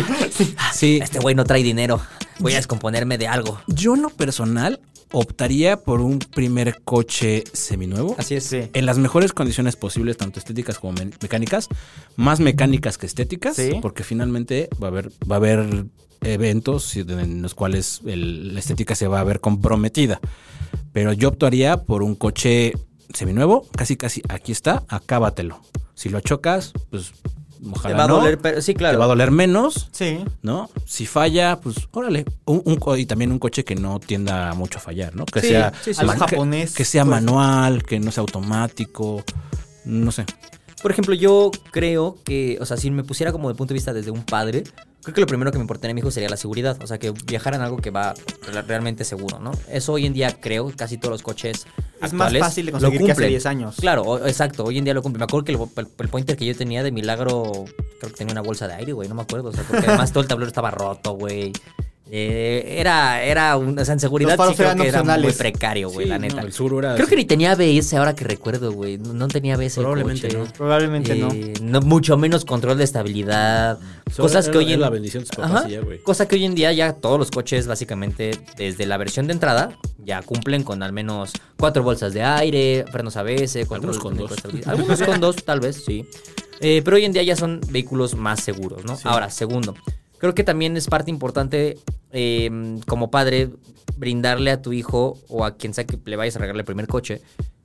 Sí. Este güey no trae dinero. Voy a descomponerme de algo. Yo en lo personal optaría por un primer coche seminuevo. Así es. Sí. En las mejores condiciones posibles, tanto estéticas como mecánicas, más mecánicas que estéticas, Sí. porque finalmente va a haber eventos en los cuales la estética se va a ver comprometida. Pero yo optaría por un coche seminuevo, casi aquí está, acábatelo. Si lo chocas, pues ojalá Te va a no, doler, pero sí, claro. te va a doler menos. Sí. ¿No? Si falla, pues órale. Y también un coche que no tienda mucho a fallar, ¿no? Que Sí, sea sí, sí. Algo que- japonés, que sea pues. manual, que no sea automático. No sé. Por ejemplo, yo creo que, o sea, si me pusiera como de punto de vista desde un padre, creo que lo primero que me importaría a mi hijo sería la seguridad. O sea, que viajara en algo que va realmente seguro, ¿no? Eso hoy en día creo que casi todos los coches Es más actuales fácil de lo conseguir que hace cumplen. 10 años. Claro, exacto, hoy en día lo cumple. Me acuerdo que el Pointer que yo tenía de milagro, creo que tenía una bolsa de aire, güey, no me acuerdo. O sea, porque además todo el tablero estaba roto, güey. O sea, en seguridad Los faros sí creo eran que era muy opcionales. precario, güey, Sí, la no, neta. el sur era Creo que ni tenía ABS ahora que recuerdo, güey. No tenía ABS el Probablemente coche. no. Probablemente No, mucho menos control de estabilidad. Solo Cosas que era- hoy era en la bendición de tus papás y ya, güey. Cosa que hoy en día ya todos los coches, básicamente, desde la versión de entrada, ya cumplen con al menos 4 bolsas de aire, frenos ABS, control Algunos con técnico de 2. estabilidad. Algunos con 2, tal vez, sí. Pero hoy en día ya son vehículos más seguros, ¿no? Sí. Ahora, segundo, creo que también es parte importante como padre brindarle a tu hijo o a quien sea que le vayas a regalar el primer coche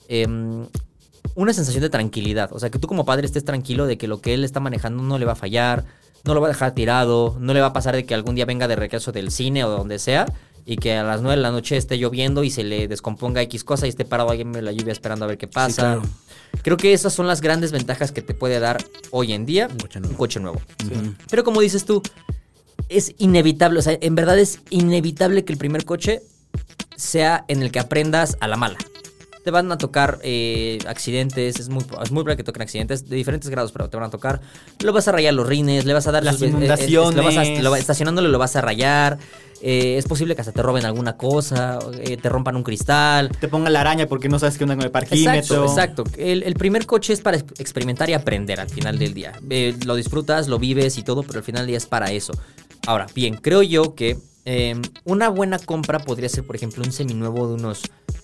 una sensación de tranquilidad. O sea, que tú como padre estés tranquilo de que lo que él está manejando no le va a fallar, no lo va a dejar tirado, no le va a pasar de que algún día venga de regreso del cine o de donde sea y que a las 9 de la noche esté lloviendo y se le descomponga X cosa y esté parado alguien en la lluvia esperando a ver qué pasa. Sí, claro. Creo que esas son las grandes ventajas que te puede dar hoy en día Un coche nuevo. nuevo. Pero como dices tú, es inevitable, o sea, en verdad es inevitable que el primer coche sea en el que aprendas a la mala. Te van a tocar accidentes, es muy probable que toquen accidentes de diferentes grados, pero te van a tocar. Lo vas a rayar los rines, le vas a dar Las sus- inundaciones. estacionándolo lo vas a rayar. Es posible que hasta te roben alguna cosa, te rompan un cristal. Te ponga la araña porque no sabes qué onda con el parquímetro. Exacto. El primer coche es para experimentar y aprender al final del día. Lo disfrutas, lo vives y todo, pero al final del día es para eso. Ahora, bien, creo yo que una buena compra podría ser, por ejemplo, un seminuevo de unos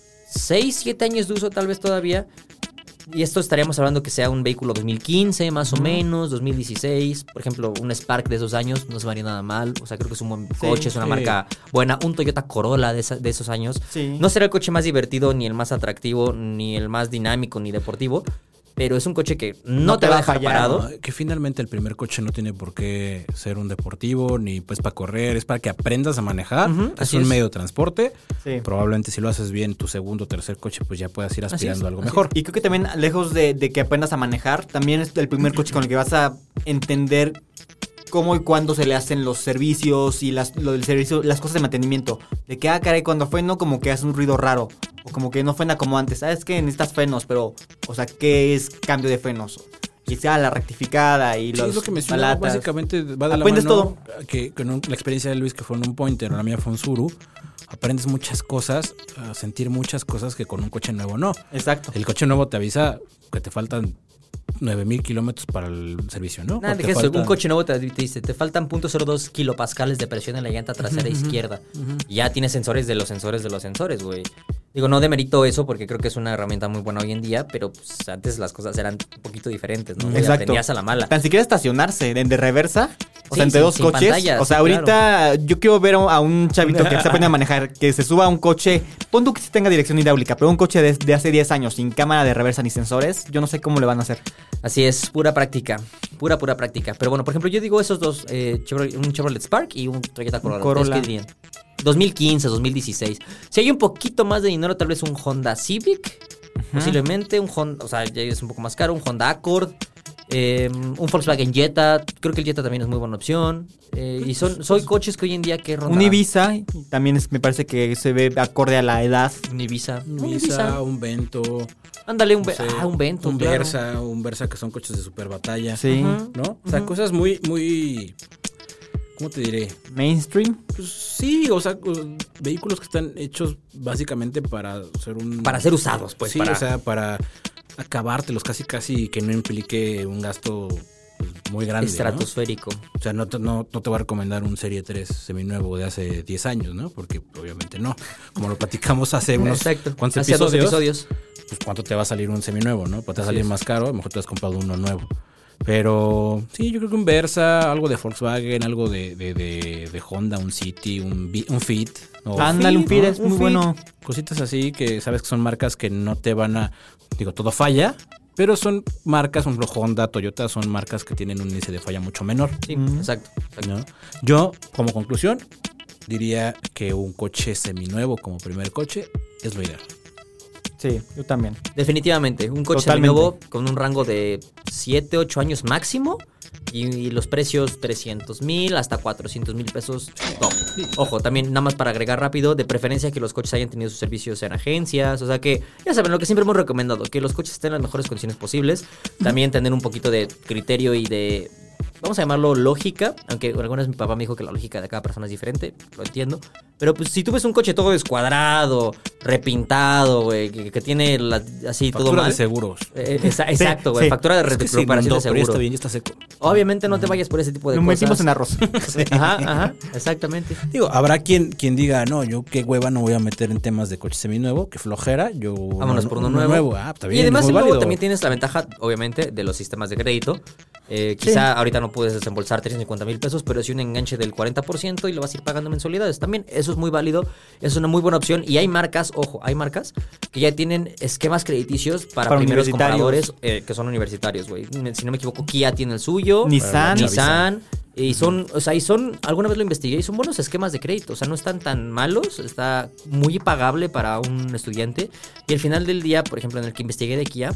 6, 7 años de uso tal vez todavía. Y esto estaríamos hablando que sea un vehículo 2015 más o menos, 2016. Por ejemplo, un Spark de esos años no se me haría nada mal. O sea, creo que es un buen coche, es una sí. marca buena. Un Toyota Corolla de esos años. Sí. No será el coche más divertido, ni el más atractivo, ni el más dinámico, ni deportivo. Pero es un coche que no te va a dejar fallar, parado. No, que finalmente el primer coche no tiene por qué ser un deportivo ni pues para correr, es para que aprendas a manejar. Ujú, es así un es. medio de transporte. Sí. Probablemente si lo haces bien, tu segundo o tercer coche, pues ya puedas ir Así aspirando es, a algo así mejor. Y creo que también, lejos de que aprendas a manejar, también es el primer coche con el que vas a entender cómo y cuándo se le hacen los servicios y lo del servicio, las cosas de mantenimiento. De que, caray, cuando freno como que hace un ruido raro. O como que no frena como antes. ¿Sabes qué? Necesitas frenos, pero, o sea, ¿qué es cambio de frenos? Y sea la rectificada y Sí, los es lo que mencionaba, balatas. básicamente va de la Aprendes mano todo. que con la experiencia de Luis que fue en un Pointer, o la mía fue un Tsuru, aprendes muchas cosas, a sentir muchas cosas que con un coche nuevo no. Exacto. El coche nuevo te avisa que te faltan 9,000 kilómetros para el servicio, ¿no? Nada, O de te que eso, faltan- un coche nuevo te dice, te faltan 0.02 kilopascales de presión en la llanta trasera izquierda. Y ya tienes sensores de los sensores, güey. Digo, no demerito eso porque creo que es una herramienta muy buena hoy en día, pero pues, antes las cosas eran un poquito diferentes, ¿no? Y Exacto. aprendías a la mala. Tan siquiera estacionarse de reversa. O Sí, sea, entre sin- dos sin coches. pantallas, o sea, sí, ahorita yo quiero ver a un chavito que se aprendiendo a manejar, que se suba a un coche. Pon tú que sí tenga dirección hidráulica, pero un coche de hace 10 años sin cámara de reversa ni sensores, yo no sé cómo le van a hacer. Así es, pura práctica. Pura práctica. Pero bueno, por ejemplo, yo digo esos dos, un Chevrolet Spark y un Toyota Corolla. Corolla. ¿Ustedes qué dirían? 2015, 2016. Si hay un poquito más de dinero, tal vez un Honda Civic. Posiblemente un Honda, o sea, ya es un poco más caro, un Honda Accord. Un Volkswagen Jetta. Creo que el Jetta también es muy buena opción. Y soy coches que hoy en día que rondan. Un Ibiza, y también me parece que se ve acorde a la edad. Un Ibiza. Un Ibiza, un Vento, Ándale, no sé, un Vento. un claro. Versa, que son coches de super batalla, Sí. Ujú. ¿no? O sea, cosas muy, muy, ¿cómo te diré? Mainstream. Pues sí, o sea, vehículos que están hechos básicamente para ser Para ser usados, pues. sí, para... o sea, para acabártelos casi que no implique un gasto pues, muy grande, ¿no? estratosférico. O sea, no te voy a recomendar un Serie 3 seminuevo de hace 10 años, ¿no? Porque obviamente no. Como lo platicamos hace unos Exacto. cuantos Hace 2 episodios, episodios. pues cuánto te va a salir un seminuevo, ¿no? Pues te va a salir Así es. más caro, a lo mejor te has comprado uno nuevo. Pero sí, yo creo que un Versa, algo de Volkswagen, algo de Honda, un City, un Fit. ¿no? Ándale, un Fit ¿no? es muy bueno. Cositas así que sabes que son marcas que no te van a... Digo, todo falla, pero son marcas, por ejemplo, Honda, Toyota, son marcas que tienen un índice de falla mucho menor. Sí, exacto. ¿no? Yo, como conclusión, diría que un coche seminuevo como primer coche es lo ideal. Sí, yo también. Definitivamente, un coche Totalmente. nuevo con un rango de 7, 8 años máximo y los precios 300,000 hasta 400,000 pesos top. Ojo, también nada más para agregar rápido, de preferencia que los coches hayan tenido sus servicios en agencias, o sea que ya saben lo que siempre hemos recomendado, que los coches estén en las mejores condiciones posibles, también tener un poquito de criterio y de vamos a llamarlo lógica, aunque alguna vez mi papá me dijo que la lógica de cada persona es diferente, lo entiendo. Pero pues si tú ves un coche todo descuadrado, repintado, güey, que tiene así Factura todo mal. de seguros. Exacto, güey, sí. factura de recuperación de Pero ya seguro. está bien, ya está seco. Obviamente no te vayas por ese tipo de Lo cosas. metimos en arroz. Ajá, exactamente. Digo, habrá quien diga, no, yo qué hueva no voy a meter en temas de coche seminuevo, qué flojera, yo... Vámonos por uno nuevo. Ah, está bien, y además es muy luego válido. también tienes la ventaja, obviamente, de los sistemas de crédito. Quizá ahorita no puedes desembolsar 350,000 pesos, pero sí un enganche del 40% y lo vas a ir pagando mensualidades. También eso es muy válido, es una muy buena opción. Y hay marcas, ojo, hay marcas que ya tienen esquemas crediticios para primeros compradores que son universitarios, güey. Si no me equivoco, Kia tiene el suyo. Nissan. Y son, alguna vez lo investigué y son buenos esquemas de crédito, o sea, no están tan malos, está muy pagable para un estudiante. Y al final del día, por ejemplo, en el que investigué de Kia,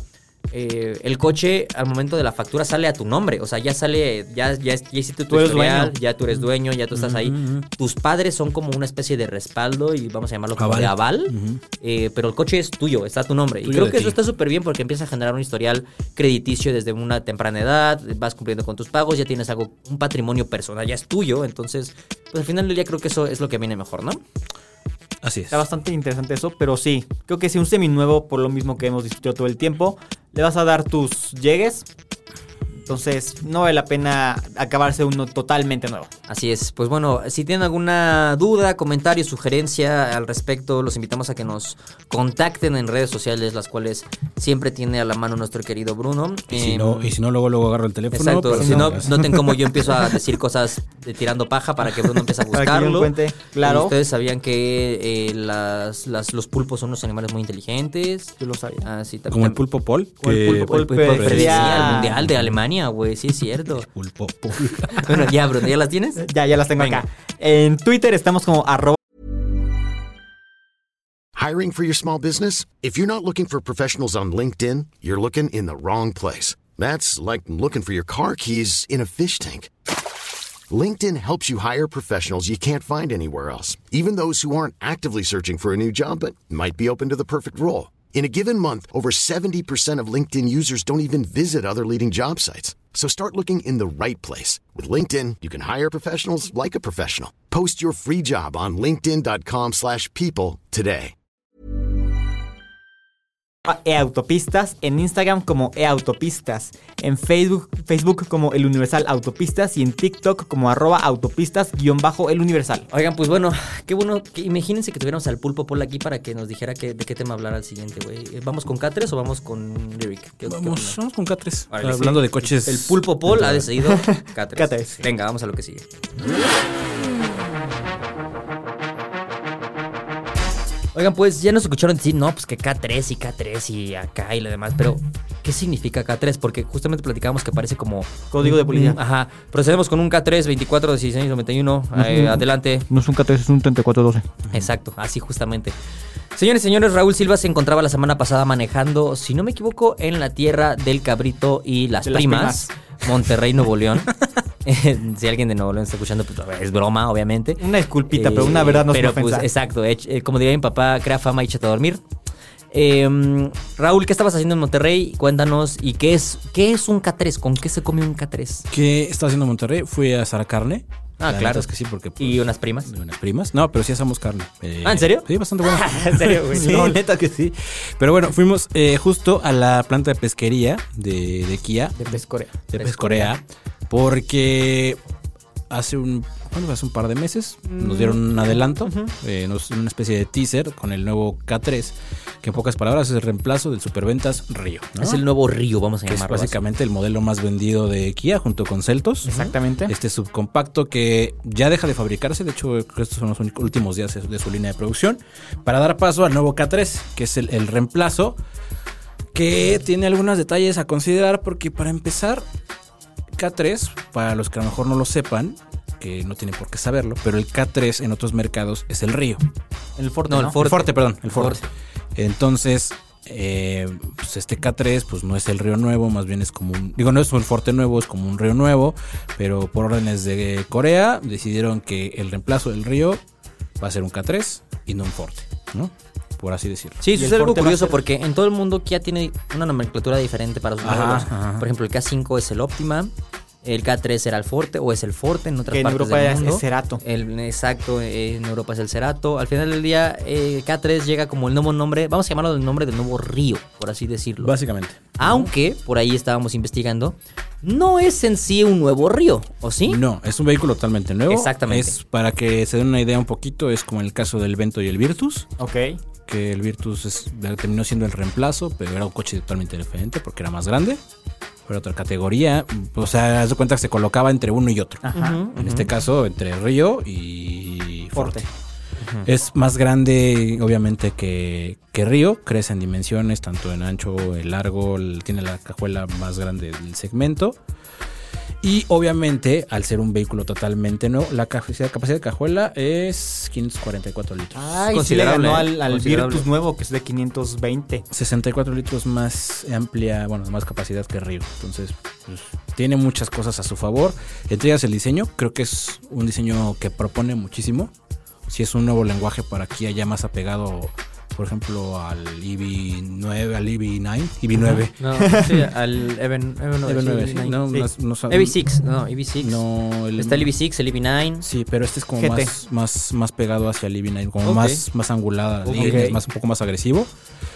el coche al momento de la factura sale a tu nombre, o sea, ya sale, ya hiciste tu historial, ya tú eres dueño, ya tú estás ahí. Tus padres son como una especie de respaldo y vamos a llamarlo como de aval, pero el coche es tuyo, está a tu nombre. Y creo que eso está súper bien porque empieza a generar un historial crediticio desde una temprana edad, vas cumpliendo con tus pagos, ya tienes un patrimonio personal, ya es tuyo, entonces, pues al final del día creo que eso es lo que viene mejor, ¿no? Así es. Está bastante interesante eso, pero sí, creo que si un seminuevo, por lo mismo que hemos discutido todo el tiempo, le vas a dar tus llegues. Entonces, no vale la pena acabarse uno totalmente nuevo. Así es. Pues bueno, si tienen alguna duda, comentario, sugerencia al respecto, los invitamos a que nos contacten en redes sociales, las cuales siempre tiene a la mano nuestro querido Bruno. Y si no, luego agarro el teléfono. Exacto. pero Si no, noten cómo yo empiezo a decir cosas tirando paja para que Bruno empiece a Para que yo buscarlo. encuentre, claro. Ustedes sabían que los pulpos son unos animales muy inteligentes. Yo lo sabía. Ah, sí, como el pulpo Paul. Como el pulpo Paul predecía el mundial de Alemania, güey, sí es cierto. Pulpo Paul. Bueno, ya, Bruno, ¿ya las tienes? Ya las tengo Venga. acá. En Twitter estamos como Hiring for your small business? If you're not looking for professionals on LinkedIn, you're looking in the wrong place. That's like looking for your car keys in a fish tank. LinkedIn helps you hire professionals you can't find anywhere else, even those who aren't actively searching for a new job but might be open to the perfect role. In a given month, over 70% of LinkedIn users don't even visit other leading job sites. So start looking in the right place. With LinkedIn, you can hire professionals like a professional. Post your free job on linkedin.com/people today. eAutopistas, en Instagram como eAutopistas, en Facebook como El Universal Autopistas y en TikTok como @autopistas_El Universal. Oigan, pues bueno, qué bueno. Imagínense que tuviéramos al Pulpo Paul aquí para que nos dijera de qué tema hablar al siguiente, güey. ¿Vamos con K3 o vamos con Lyric? Vamos con K3. Vale, Hablando de coches. El Pulpo Paul ha decidido K3. K3. Venga, vamos a lo que sigue. Oigan, pues ya nos escucharon decir, no, pues que K3 y acá y lo demás, pero ¿qué significa K3? Porque justamente platicábamos que parece como... Código de policía. Ajá, procedemos con un K3 24 16 91, adelante. No es un K3, es un 3412. Exacto, así justamente. Señores y señores, Raúl Silva se encontraba la semana pasada manejando, si no me equivoco, en la tierra del cabrito y las primas, Monterrey, Nuevo León. Si alguien de Nuevo León está escuchando, pues es broma, obviamente. Una disculpita, pero una verdad no es una Pero ofensa. pues, exacto, como diría mi papá, crea fama y échate a dormir. Raúl, ¿qué estabas haciendo en Monterrey? Cuéntanos, ¿y qué es un K3? ¿Con qué se come un K3? ¿Qué estaba haciendo en Monterrey? Fui a asar carne. Ah, La claro. neta es que sí, porque... pues, ¿Y unas primas? Unas primas. No, pero sí asamos carne. ¿En serio? Sí, bastante bueno. ¿En serio, güey? Sí, No. neta que sí. Pero bueno, fuimos justo a la planta de pesquería de Kia. De Pescorea. De Pescorea. Porque hace un par de meses nos dieron un adelanto, una especie de teaser con el nuevo K3, que en pocas palabras es el reemplazo del Superventas Río, ¿no? Es el nuevo Río, vamos a Que es llamarlo. básicamente el modelo más vendido de Kia junto con Seltos. Exactamente. Este subcompacto que ya deja de fabricarse, de hecho creo que estos son los últimos días de su línea de producción, para dar paso al nuevo K3, que es el reemplazo, que tiene algunos detalles a considerar, porque para empezar, K3, para los que a lo mejor no lo sepan, que no tienen por qué saberlo, pero el K3 en otros mercados es el Río. El Forte, No, ¿no? el Forte. El Forte, perdón, el Forte. Forte. Entonces, pues este K3 pues no es el Río Nuevo, más bien es como no es un Forte nuevo, es como un Río Nuevo, pero por órdenes de Corea decidieron que el reemplazo del Río va a ser un K3 y no un Forte, ¿no? Por así decirlo. Sí, Y eso el es algo Forte va a curioso ser- porque en todo el mundo Kia tiene una nomenclatura diferente para sus Ajá, modelos. ajá. Por ejemplo, el K5 es el Optima, El K3 era el Forte, o es el Forte en otras Que en partes Europa del mundo. es Cerato. Exacto, en Europa es el Cerato. Al final del día, K3 llega como el nuevo nombre, vamos a llamarlo el nombre del nuevo río, por así decirlo. Básicamente. Aunque, por ahí estábamos investigando, no es en sí un nuevo río, ¿o sí? No, es un vehículo totalmente nuevo. Exactamente. Es, para que se den una idea un poquito, es como el caso del Vento y el Virtus. Ok. Que el Virtus terminó siendo el reemplazo, pero era un coche totalmente diferente porque era más grande. Era otra categoría. O sea, haz de cuenta que se colocaba entre uno y otro. Ajá. En este caso, entre Río y Forte. Forte. Es más grande, obviamente, que Río. Crece en dimensiones, tanto en ancho, en largo. Tiene la cajuela más grande del segmento. Y obviamente, al ser un vehículo totalmente nuevo, la capacidad de cajuela es 544 litros. Ay, sí le ganó al considerable. Virtus nuevo, que es de 520. 64 litros más amplia, bueno, más capacidad que Río. Entonces, pues, tiene muchas cosas a su favor. Entre ellas el diseño. Creo que es un diseño que propone muchísimo. Si es un nuevo lenguaje para Kia ya más apegado, por ejemplo, al EV9, al EV9, EV9. No, sí, al EV9, sí. No, Sí. no, EV6, no, EV6. No, Está el EV6, el EV9. Sí, pero este es como GT. más pegado hacia el EV9, como Ok. más angulada, Ok. es un poco más agresivo.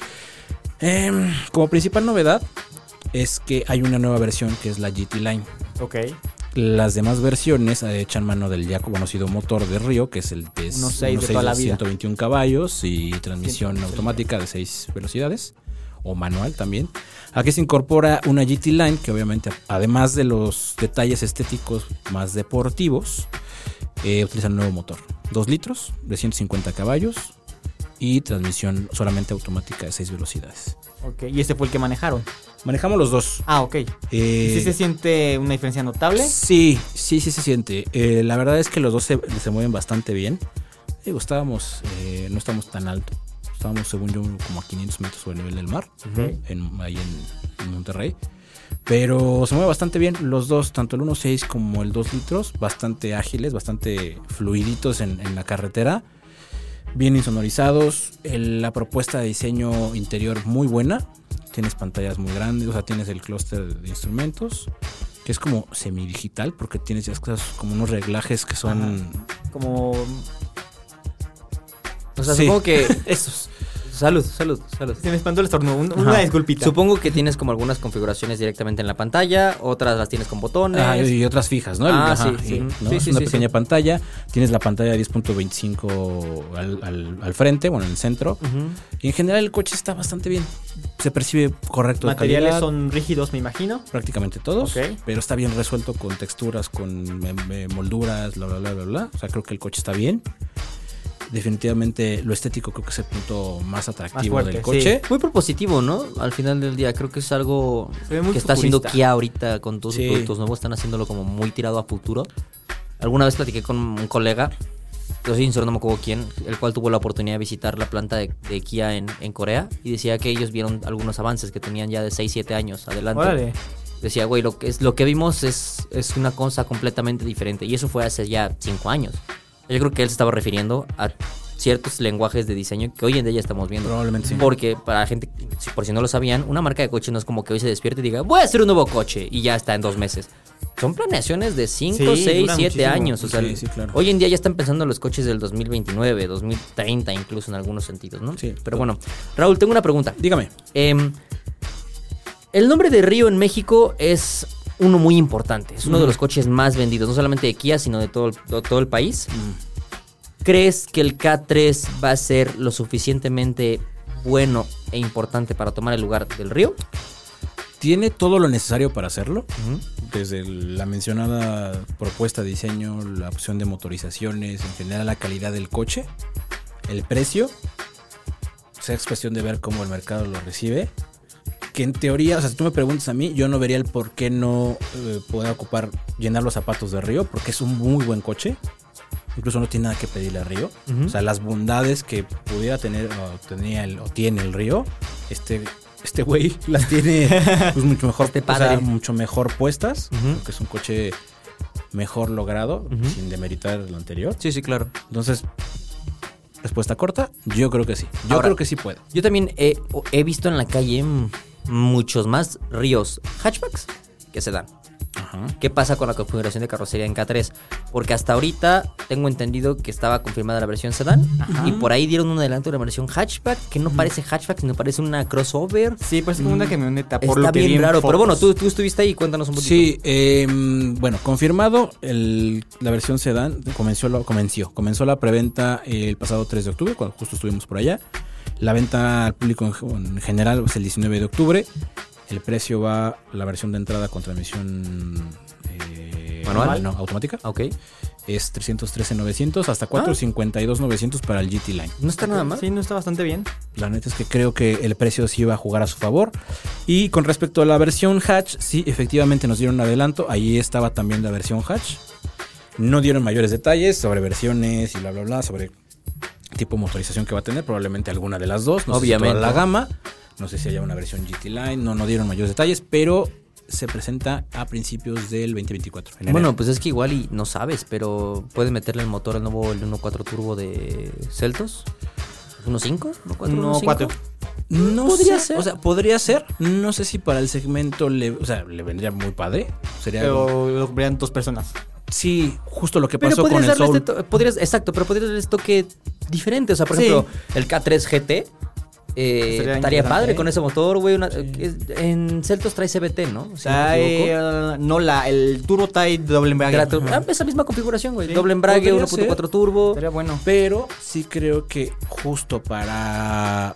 Como principal novedad es que hay una nueva versión que es la GT Line. Ok. Las demás versiones echan mano del ya conocido motor de Río, que es el de 1.6 de toda la vida. 121 caballos y transmisión 100%. automática de 6 velocidades o manual también. Aquí se incorpora una GT Line que obviamente, además de los detalles estéticos más deportivos, utiliza un nuevo motor, 2 litros de 150 caballos y transmisión solamente automática de 6 velocidades. Ok. Y este fue el que manejaron. Manejamos los dos. Ah, ok. ¿Y si se siente una diferencia notable? Sí se siente. La verdad es que los dos se mueven bastante bien. Digo, no estábamos tan alto. Estábamos, según yo, como a 500 metros sobre el nivel del mar, ahí en Monterrey. Pero se mueve bastante bien. Los dos, tanto el 1.6 como el 2 litros, bastante ágiles, bastante fluiditos en la carretera. Bien insonorizados. La propuesta de diseño interior muy buena. Tienes pantallas muy grandes, o sea, tienes el clúster de instrumentos, que es como semidigital, porque tienes ya cosas como unos reglajes que son... Como... O sea, Sí. supongo que... Salud. Se me espantó el estornudo. Una disculpita. Supongo que tienes como algunas configuraciones directamente en la pantalla, otras las tienes con botones. y otras fijas, ¿no? Sí. ¿no? Sí, Es sí, una sí, pequeña sí. pantalla. Tienes la pantalla de 10.25 al frente, bueno, en el centro. Y en general el coche está bastante bien. Se percibe correcto de Materiales calidad. son rígidos, me imagino. Prácticamente todos, Ok. pero está bien resuelto con texturas, con molduras, bla. O sea, creo que el coche está bien. Definitivamente lo estético creo que es el punto más atractivo Más fuerte, del coche. Muy propositivo, ¿no? Al final del día, creo que es algo Se ve muy que está haciendo futurista. Kia ahorita con todos sus Sí. productos nuevos. Están haciéndolo como muy tirado a futuro. Alguna vez platiqué con un colega, yo soy sincero, no me acuerdo quién, el cual tuvo la oportunidad de visitar la planta de Kia en Corea y decía que ellos vieron algunos avances que tenían ya de 6-7 años adelante. Órale. Decía, güey, lo que vimos es una cosa completamente diferente. Y eso fue hace ya 5 años. Yo creo que él se estaba refiriendo a ciertos lenguajes de diseño que hoy en día ya estamos viendo. Probablemente sí. Porque para la gente, por si no lo sabían, una marca de coche no es como que hoy se despierte y diga, voy a hacer un nuevo coche y ya está en 2 meses. Son planeaciones de 5, Sí, 6, duran 7 muchísimo. años. O sea, Sí, claro. hoy en día ya están pensando en los coches del 2029, 2030 incluso en algunos sentidos, ¿no? Sí. Pero bueno, Raúl, tengo una pregunta. Dígame. El nombre de Río en México es uno muy importante. Es uno de los coches más vendidos, no solamente de Kia, sino de todo el país. ¿Crees que el K3 va a ser lo suficientemente bueno e importante para tomar el lugar del Río? Tiene todo lo necesario para hacerlo. Desde la mencionada propuesta de diseño, la opción de motorizaciones, en general la calidad del coche, el precio. O sea, es cuestión de ver cómo el mercado lo recibe. Que en teoría, o sea, si tú me preguntas a mí, yo no vería el por qué no pueda llenar los zapatos de Río, porque es un muy buen coche. Incluso no tiene nada que pedirle a Río. O sea, las bondades que pudiera tener o tiene el Río, este güey las tiene pues mucho mejor, padre. mucho mejor puestas, porque es un coche mejor logrado, sin demeritar lo anterior. Sí, claro. Entonces, respuesta corta, yo creo que sí. Yo Ahora, creo que sí puede. Yo también he visto en la calle muchos más Ríos hatchbacks que sedán. Ajá. ¿Qué pasa con la configuración de carrocería en K3? Porque hasta ahorita tengo entendido que estaba confirmada la versión sedán y por ahí dieron un adelanto de la versión hatchback, que no parece hatchback, sino parece una crossover. Sí, pues es como una camioneta. Por Está lo que bien vi en raro, pero bueno, fotos. tú estuviste ahí, cuéntanos un poquito. Sí, bueno, confirmado, la versión sedán comenzó la preventa el pasado 3 de octubre, cuando justo estuvimos por allá. La venta al público en general es el 19 de octubre. El precio va, la versión de entrada con transmisión ¿Manual? no, automática. Ok. Es 313,900 hasta 452,900 para el GT Line. No está nada mal. Sí, no está bastante bien. La neta es que creo que el precio sí va a jugar a su favor. Y con respecto a la versión hatch, sí, efectivamente nos dieron un adelanto. Ahí estaba también la versión hatch. No dieron mayores detalles sobre versiones y bla, bla, bla, sobre tipo de motorización que va a tener. Probablemente alguna de las dos. No Obviamente. sé si toda la gama. No sé si haya una versión GT Line. No dieron mayores detalles, pero se presenta a principios del 2024. en enero. Bueno, pues es que igual y no sabes, pero puedes meterle el motor al nuevo, el 1.4 turbo de Celtos. ¿1.5? ¿1.4? 1.4. No podría sé, ser. O sea, podría ser. No sé si para el segmento le vendría muy padre. Sería Pero lo comprarían 2 personas. sí, justo lo que Pero pasó con podrías el darle Soul. exacto, pero podrías darle este toque diferente. O sea, por Sí. ejemplo, el K3 GT estaría interesante, padre ¿eh? con ese motor, güey. En Celtos trae CVT, ¿no? Si no me equivoco. No, el turbo trae doble embrague. Esa misma configuración, güey. Sí, Doble embrague, podría 1.4 turbo. Estaría bueno. Pero sí creo que justo para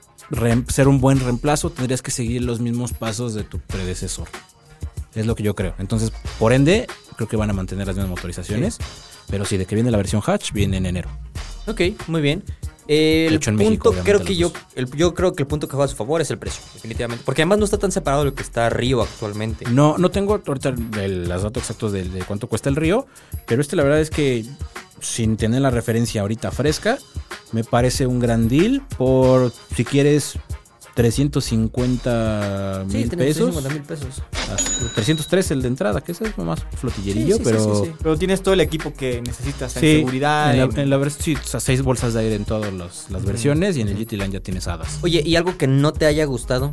ser un buen reemplazo tendrías que seguir los mismos pasos de tu predecesor. Es lo que yo creo. Entonces, por ende, creo que van a mantener las mismas motorizaciones. Sí. Pero sí, de que viene la versión hatch, viene en enero. Ok, muy bien. El hecho, en punto, México, creo que los yo creo que el punto que juega a su favor es el precio, definitivamente. Porque además no está tan separado de lo que está Río actualmente. No tengo ahorita los datos exactos de cuánto cuesta el Río, pero la verdad es que sin tener la referencia ahorita fresca, me parece un gran deal por, si quieres, 350,000 pesos. 350,000 pesos. 303 el de entrada, que ese es más flotillerillo, Sí, pero... sí. Pero tienes todo el equipo que necesitas en Sí, seguridad. en la sí, o sea, 6 bolsas de aire en todas las versiones y en el GT Line ya tienes hadas. Oye, ¿y algo que no te haya gustado?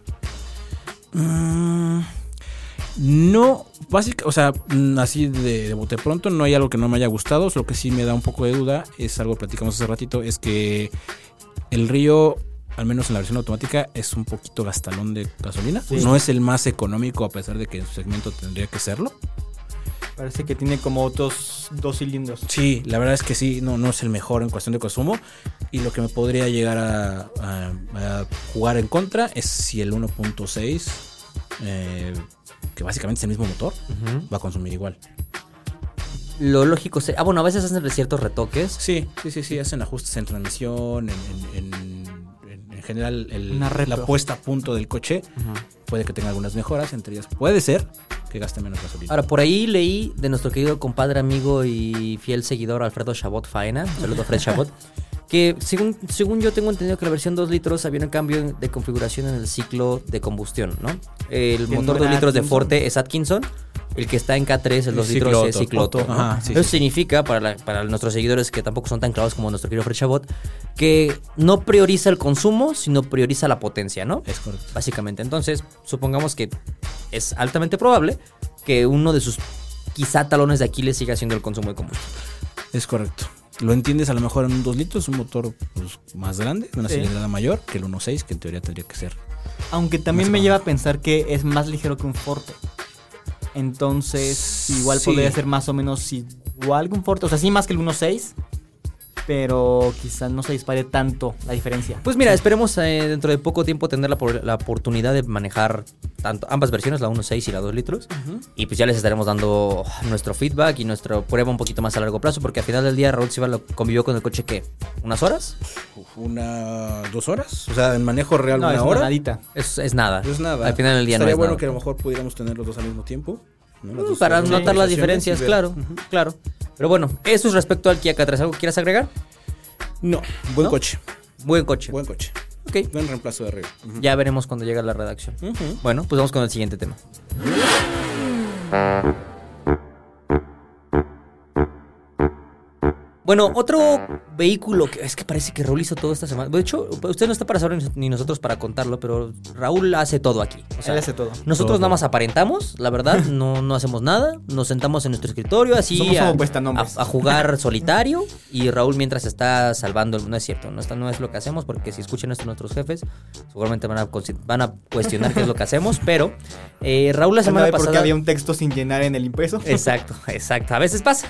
No, básicamente, o sea, así de bote pronto no hay algo que no me haya gustado. Lo que sí me da un poco de duda es algo que platicamos hace ratito, es que el Río, al menos en la versión automática, es un poquito gastalón de gasolina. Sí. No es el más económico, a pesar de que en su segmento tendría que serlo. Parece que tiene como otros 2 cilindros. Sí, la verdad es que sí, no es el mejor en cuestión de consumo. Y lo que me podría llegar a jugar en contra es si el 1.6, que básicamente es el mismo motor, va a consumir igual. Lo lógico sería... bueno, a veces hacen ciertos retoques. Sí, hacen ajustes en transmisión, en general la puesta a punto del coche. Puede que tenga algunas mejoras, entre ellas puede ser que gaste menos gasolina. Ahora, por ahí leí de nuestro querido compadre, amigo y fiel seguidor Alfredo Chabot Faena, saludo a Fred Chabot, que según yo tengo entendido que la versión 2 litros había un cambio de configuración en el ciclo de combustión, ¿no? El motor 2 litros de Forte es Atkinson, el que está en K3, el 2 litros es Cicloto. Ajá, sí, Eso sí. significa, para nuestros seguidores que tampoco son tan clavados como nuestro querido Fred Chabot, que no prioriza el consumo, sino prioriza la potencia, ¿no? Es correcto. Básicamente. Entonces, supongamos que es altamente probable que uno de sus quizá talones de Aquiles siga siendo el consumo de combustible. Es correcto. Lo entiendes a lo mejor en un 2 litros, un motor pues, más grande, una cilindrada mayor que el 1.6, que en teoría tendría que ser. Aunque también me lleva a pensar que es más ligero que un Forte. Entonces, igual Sí. podría ser más o menos igual que un Forte. O sea, sí más que el 1.6. Pero quizás no se dispare tanto la diferencia. Pues mira, esperemos dentro de poco tiempo tener la oportunidad de manejar ambas versiones, la 1.6 y la 2 litros. Y pues ya les estaremos dando nuestro feedback y nuestra prueba un poquito más a largo plazo. Porque al final del día Raúl Silva lo convivió con el coche, ¿qué? ¿Unas horas? 2 horas. O sea, en manejo real no, una es hora. nadita. Es nada. Es nada. Al final del día Estaría no es bueno nada. que a lo mejor pudiéramos tener los dos al mismo tiempo, ¿no? Las dos Para versiones, notar las y diferencias, ver. claro, claro. Pero bueno, eso es respecto al Kia K3. ¿Algo que quieras agregar? No, buen ¿No? coche. Buen coche. Buen coche. Ok. Buen reemplazo de arriba. Ya veremos cuando llegue a la redacción. Bueno, pues vamos con el siguiente tema. Bueno, otro vehículo que es que parece que Raúl hizo todo esta semana. De hecho, usted no está para saber ni nosotros para contarlo, pero Raúl hace todo aquí. O sea, Él hace todo. nosotros nada más aparentamos, la verdad, no hacemos nada. Nos sentamos en nuestro escritorio así Somos como prestanombres. a jugar solitario y Raúl mientras está salvando. No es cierto, no es lo que hacemos porque si escuchan esto nuestros jefes, seguramente van a cuestionar qué es lo que hacemos. Pero Raúl la semana pasada... Porque había un texto sin llenar en el impreso. Exacto. A veces pasa.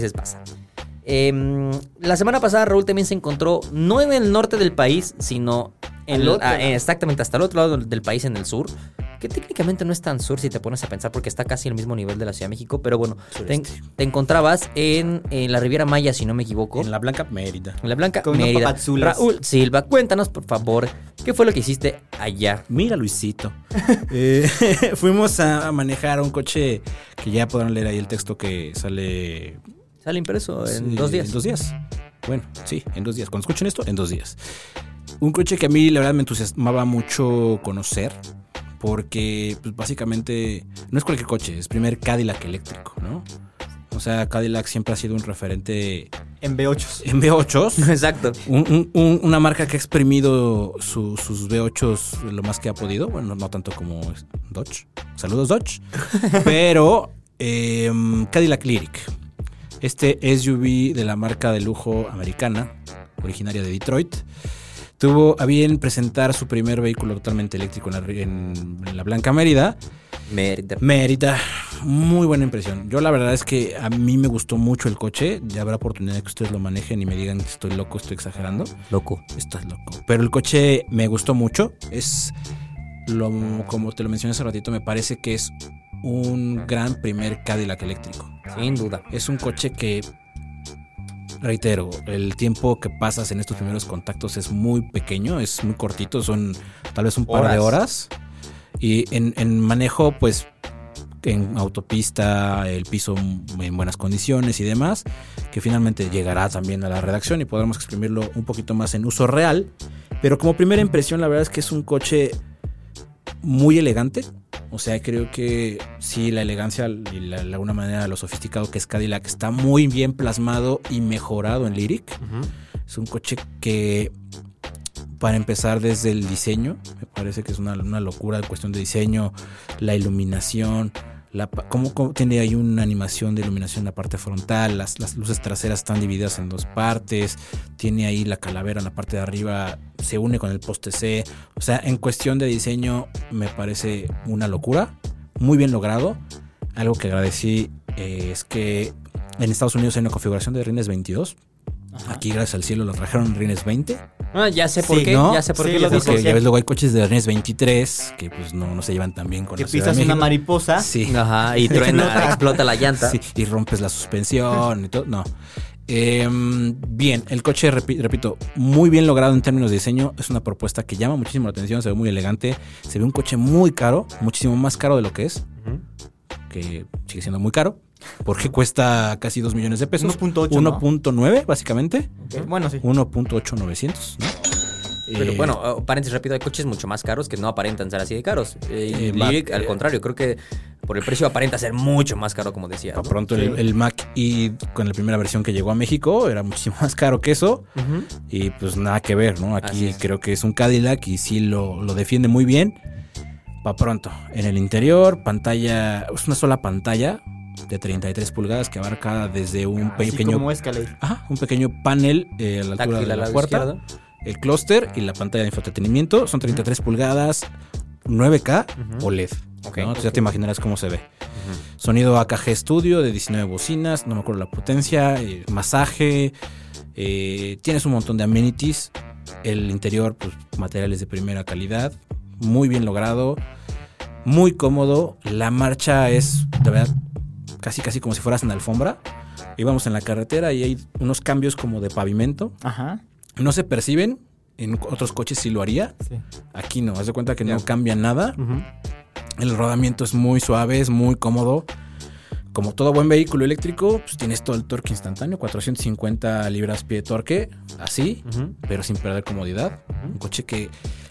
La semana pasada Raúl también se encontró no en el norte del país, sino exactamente hasta el otro lado del país, en el sur, que técnicamente no es tan sur si te pones a pensar porque está casi al mismo nivel de la Ciudad de México, pero bueno, te encontrabas en la Riviera Maya, si no me equivoco. En la Blanca Mérida. En la Blanca Con unos Mérida. papazulas. Raúl Silva, cuéntanos por favor, ¿qué fue lo que hiciste allá? Mira, Luisito. Fuimos a manejar un coche que ya podrán leer ahí el texto que sale... Sale impreso en Sí, 2 días. En 2 días. Bueno, sí, en 2 días. Cuando escuchen esto, en 2 días. Un coche que a mí la verdad me entusiasmaba mucho conocer. Porque pues, básicamente no es cualquier coche, es primer Cadillac eléctrico, ¿no? O sea, Cadillac siempre ha sido un referente En V8s. en V8s. Exacto. Una marca que ha exprimido sus V8s lo más que ha podido. Bueno, no tanto como Dodge. Saludos, Dodge. Pero Cadillac Lyric. Este SUV de la marca de lujo americana, originaria de Detroit, tuvo a bien presentar su primer vehículo totalmente eléctrico en la Blanca Mérida. Mérida. Muy buena impresión. Yo la verdad es que a mí me gustó mucho el coche. Ya habrá oportunidad de que ustedes lo manejen y me digan que estoy loco, estoy exagerando. Loco. Estás loco. Pero el coche me gustó mucho. Como te lo mencioné hace ratito, me parece que es un gran primer Cadillac eléctrico. Sin duda. Es un coche que, reitero, el tiempo que pasas en estos primeros contactos es muy pequeño, es muy cortito, son tal vez un par de horas. Y en manejo, pues, en autopista, el piso en buenas condiciones y demás, que finalmente llegará también a la redacción y podremos exprimirlo un poquito más en uso real. Pero como primera impresión, la verdad es que es un coche muy elegante. O sea, creo que sí, la elegancia y de alguna manera lo sofisticado que es Cadillac está muy bien plasmado y mejorado en Lyric. Uh-huh. Es un coche que, para empezar desde el diseño, me parece que es una locura en cuestión de diseño, la iluminación, cómo tiene ahí una animación de iluminación en la parte frontal, las luces traseras están divididas en 2 partes, tiene ahí la calavera en la parte de arriba, se une con el poste C. O sea, en cuestión de diseño me parece una locura, muy bien logrado. Algo que agradecí es que en Estados Unidos hay una configuración de rines 22. Ajá. Aquí, gracias al cielo, lo trajeron en rines 20. Ah, ya sé por qué, ¿no? ya sé por qué Sí, lo dices. Porque ya ves, luego hay coches de rines 23 que pues no se llevan tan bien con Que la Ciudad pisas de una México. mariposa. Sí. Ajá, y truena, explota la llanta. Sí, y rompes la suspensión y todo. No. Bien, el coche, repito, muy bien logrado en términos de diseño. Es una propuesta que llama muchísimo la atención, se ve muy elegante. Se ve un coche muy caro, muchísimo más caro de lo que es. Uh-huh. Que sigue siendo muy caro. Porque cuesta casi 2 millones de pesos. 1.8, 1.9, básicamente. Okay. Bueno, sí. 1.8900, ¿no? Pero bueno, paréntesis rápido, hay coches mucho más caros que no aparentan ser así de caros. Lyric, al contrario, creo que por el precio aparenta ser mucho más caro, como decía. ¿no? Pronto sí. el Mac E con la primera versión que llegó a México era muchísimo más caro que eso. Uh-huh. Y pues nada que ver, ¿no? Aquí creo que es un Cadillac y sí lo defiende muy bien. Pa' pronto. En el interior, pantalla, es una sola pantalla de 33 pulgadas que abarca desde un pequeño... como Escalade. Ajá, un pequeño panel a la altura de la puerta. Izquierda. El clúster y la pantalla de infoentretenimiento son 33 pulgadas, 9K uh-huh. OLED. Okay, ¿no? Entonces ya te imaginarás cómo se ve. Uh-huh. Sonido AKG Studio de 19 bocinas, no me acuerdo la potencia, masaje, tienes un montón de amenities. El interior, pues materiales de primera calidad, muy bien logrado, muy cómodo. La marcha es, de verdad, casi como si fueras en alfombra. Íbamos en la carretera y hay unos cambios como de pavimento. Ajá. No se perciben, en otros coches sí lo haría. Sí. Aquí no, haz de cuenta que no cambia nada. Uh-huh. El rodamiento es muy suave, es muy cómodo. Como todo buen vehículo eléctrico, pues tienes todo el torque instantáneo, 450 libras-pie de torque, así, uh-huh. pero sin perder comodidad. Uh-huh. Un coche que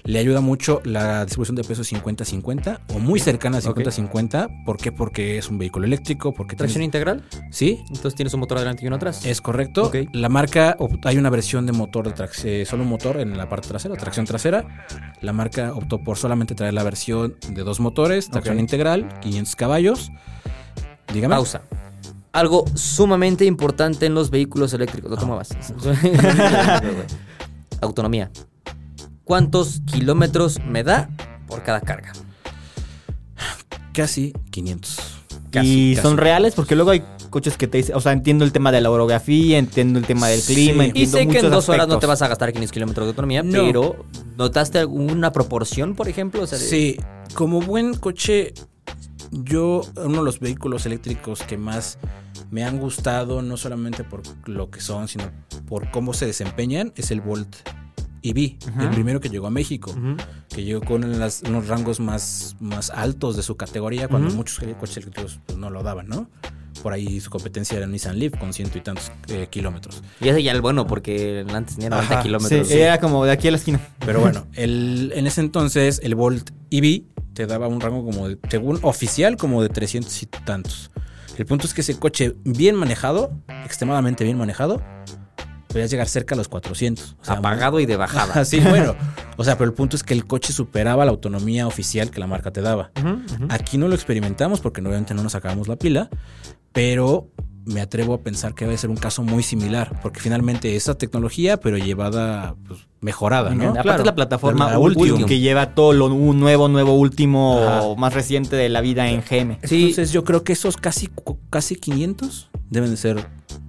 Le ayuda mucho la distribución de peso 50-50 o muy cercana a 50-50. ¿Por qué? Porque es un vehículo eléctrico. Porque ¿Tracción integral? Sí. Entonces tienes un motor adelante y uno atrás. Es correcto. Ok. La marca, hay una versión de motor de tracción, solo un motor en la parte trasera, tracción trasera. La marca optó por solamente traer la versión de 2 motores, tracción integral, 500 caballos. Dígame. Pausa. Algo sumamente importante en los vehículos eléctricos. No te muevas. Autonomía. ¿Cuántos kilómetros me da por cada carga? Casi 500. ¿Y Casi. son reales? Porque luego hay coches que te dicen, o sea, entiendo el tema de la orografía, entiendo el tema del clima, Sí. entiendo Y sé que en muchos 2 horas no aspectos. te vas a gastar 500 kilómetros de autonomía, No. pero ¿notaste alguna proporción, por ejemplo? O sea, Sí, como buen coche, uno de los vehículos eléctricos que más me han gustado, no solamente por lo que son, sino por cómo se desempeñan, es el Volt EV, el primero que llegó a México, que llegó con unos rangos más altos de su categoría, cuando muchos coches eléctricos pues, no lo daban, ¿no? Por ahí su competencia era Nissan Leaf con 100 y tantos kilómetros. Y ese ya el bueno, porque antes tenía 90 Ajá, kilómetros. Sí, era como de aquí a la esquina. Pero bueno, en ese entonces el Volt EV te daba un rango como de, según oficial, como de 300 y tantos. El punto es que ese coche bien manejado, extremadamente bien manejado, podías llegar cerca a los 400. O sea, Apagado y de bajada. sí, bueno. O sea, pero el punto es que el coche superaba la autonomía oficial que la marca te daba. Aquí no lo experimentamos porque obviamente no nos sacábamos la pila, pero me atrevo a pensar que debe ser un caso muy similar, porque finalmente esa tecnología, pero llevada, pues, mejorada, ¿no? Aparte es la plataforma La Ultium, Ultium. que lleva todo lo nuevo, último, Ajá. más reciente de la vida en GM. Sí. Entonces yo creo que esos casi 500 deben de ser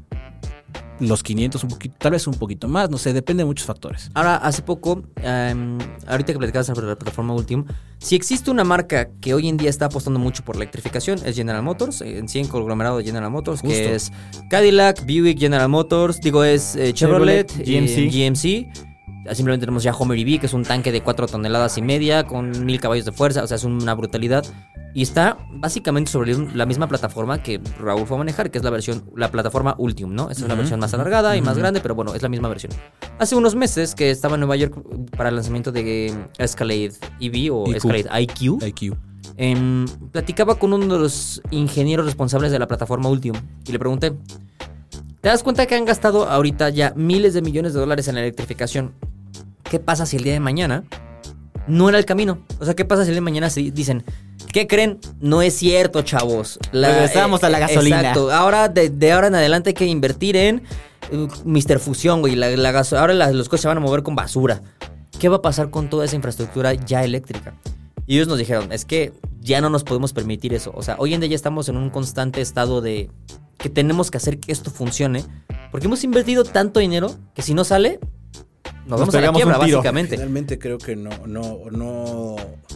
los 500, un poquito, tal vez un poquito más, no sé, depende de muchos factores. Ahora, hace poco, ahorita que platicabas sobre la plataforma Ultium, si existe una marca que hoy en día está apostando mucho por la electrificación, es General Motors, en sí en conglomerado de General Motors, Justo. que es Cadillac, Buick, General Motors, es Chevrolet, GMC. Simplemente tenemos ya Hummer EV, que es un tanque de 4 toneladas y media con 1000 caballos de fuerza, o sea, es una brutalidad. Y está básicamente sobre la misma plataforma que Raúl fue a manejar, que es la plataforma Ultium, ¿no? Esa es la versión más alargada y más grande, pero bueno, es la misma versión. Hace unos meses que estaba en Nueva York para el lanzamiento de Escalade EV o IQ. Escalade IQ, IQ. platicaba con uno de los ingenieros responsables de la plataforma Ultium y le pregunté, ¿te das cuenta que han gastado ahorita ya miles de millones de dólares en la electrificación? ¿Qué pasa si el día de mañana no era el camino? O sea, ¿qué pasa si el día de mañana se dicen, ¿qué creen? No es cierto, chavos. Regresamos a la gasolina. Exacto. Ahora, de ahora en adelante hay que invertir en Mr. Fusión, güey. Ahora los coches se van a mover con basura. ¿Qué va a pasar con toda esa infraestructura ya eléctrica? Y ellos nos dijeron, es que ya no nos podemos permitir eso. O sea, hoy en día ya estamos en un constante estado de que tenemos que hacer que esto funcione. Porque hemos invertido tanto dinero que si no sale, nos vamos a la pegamos quiebra, un tiro. básicamente. Finalmente creo que no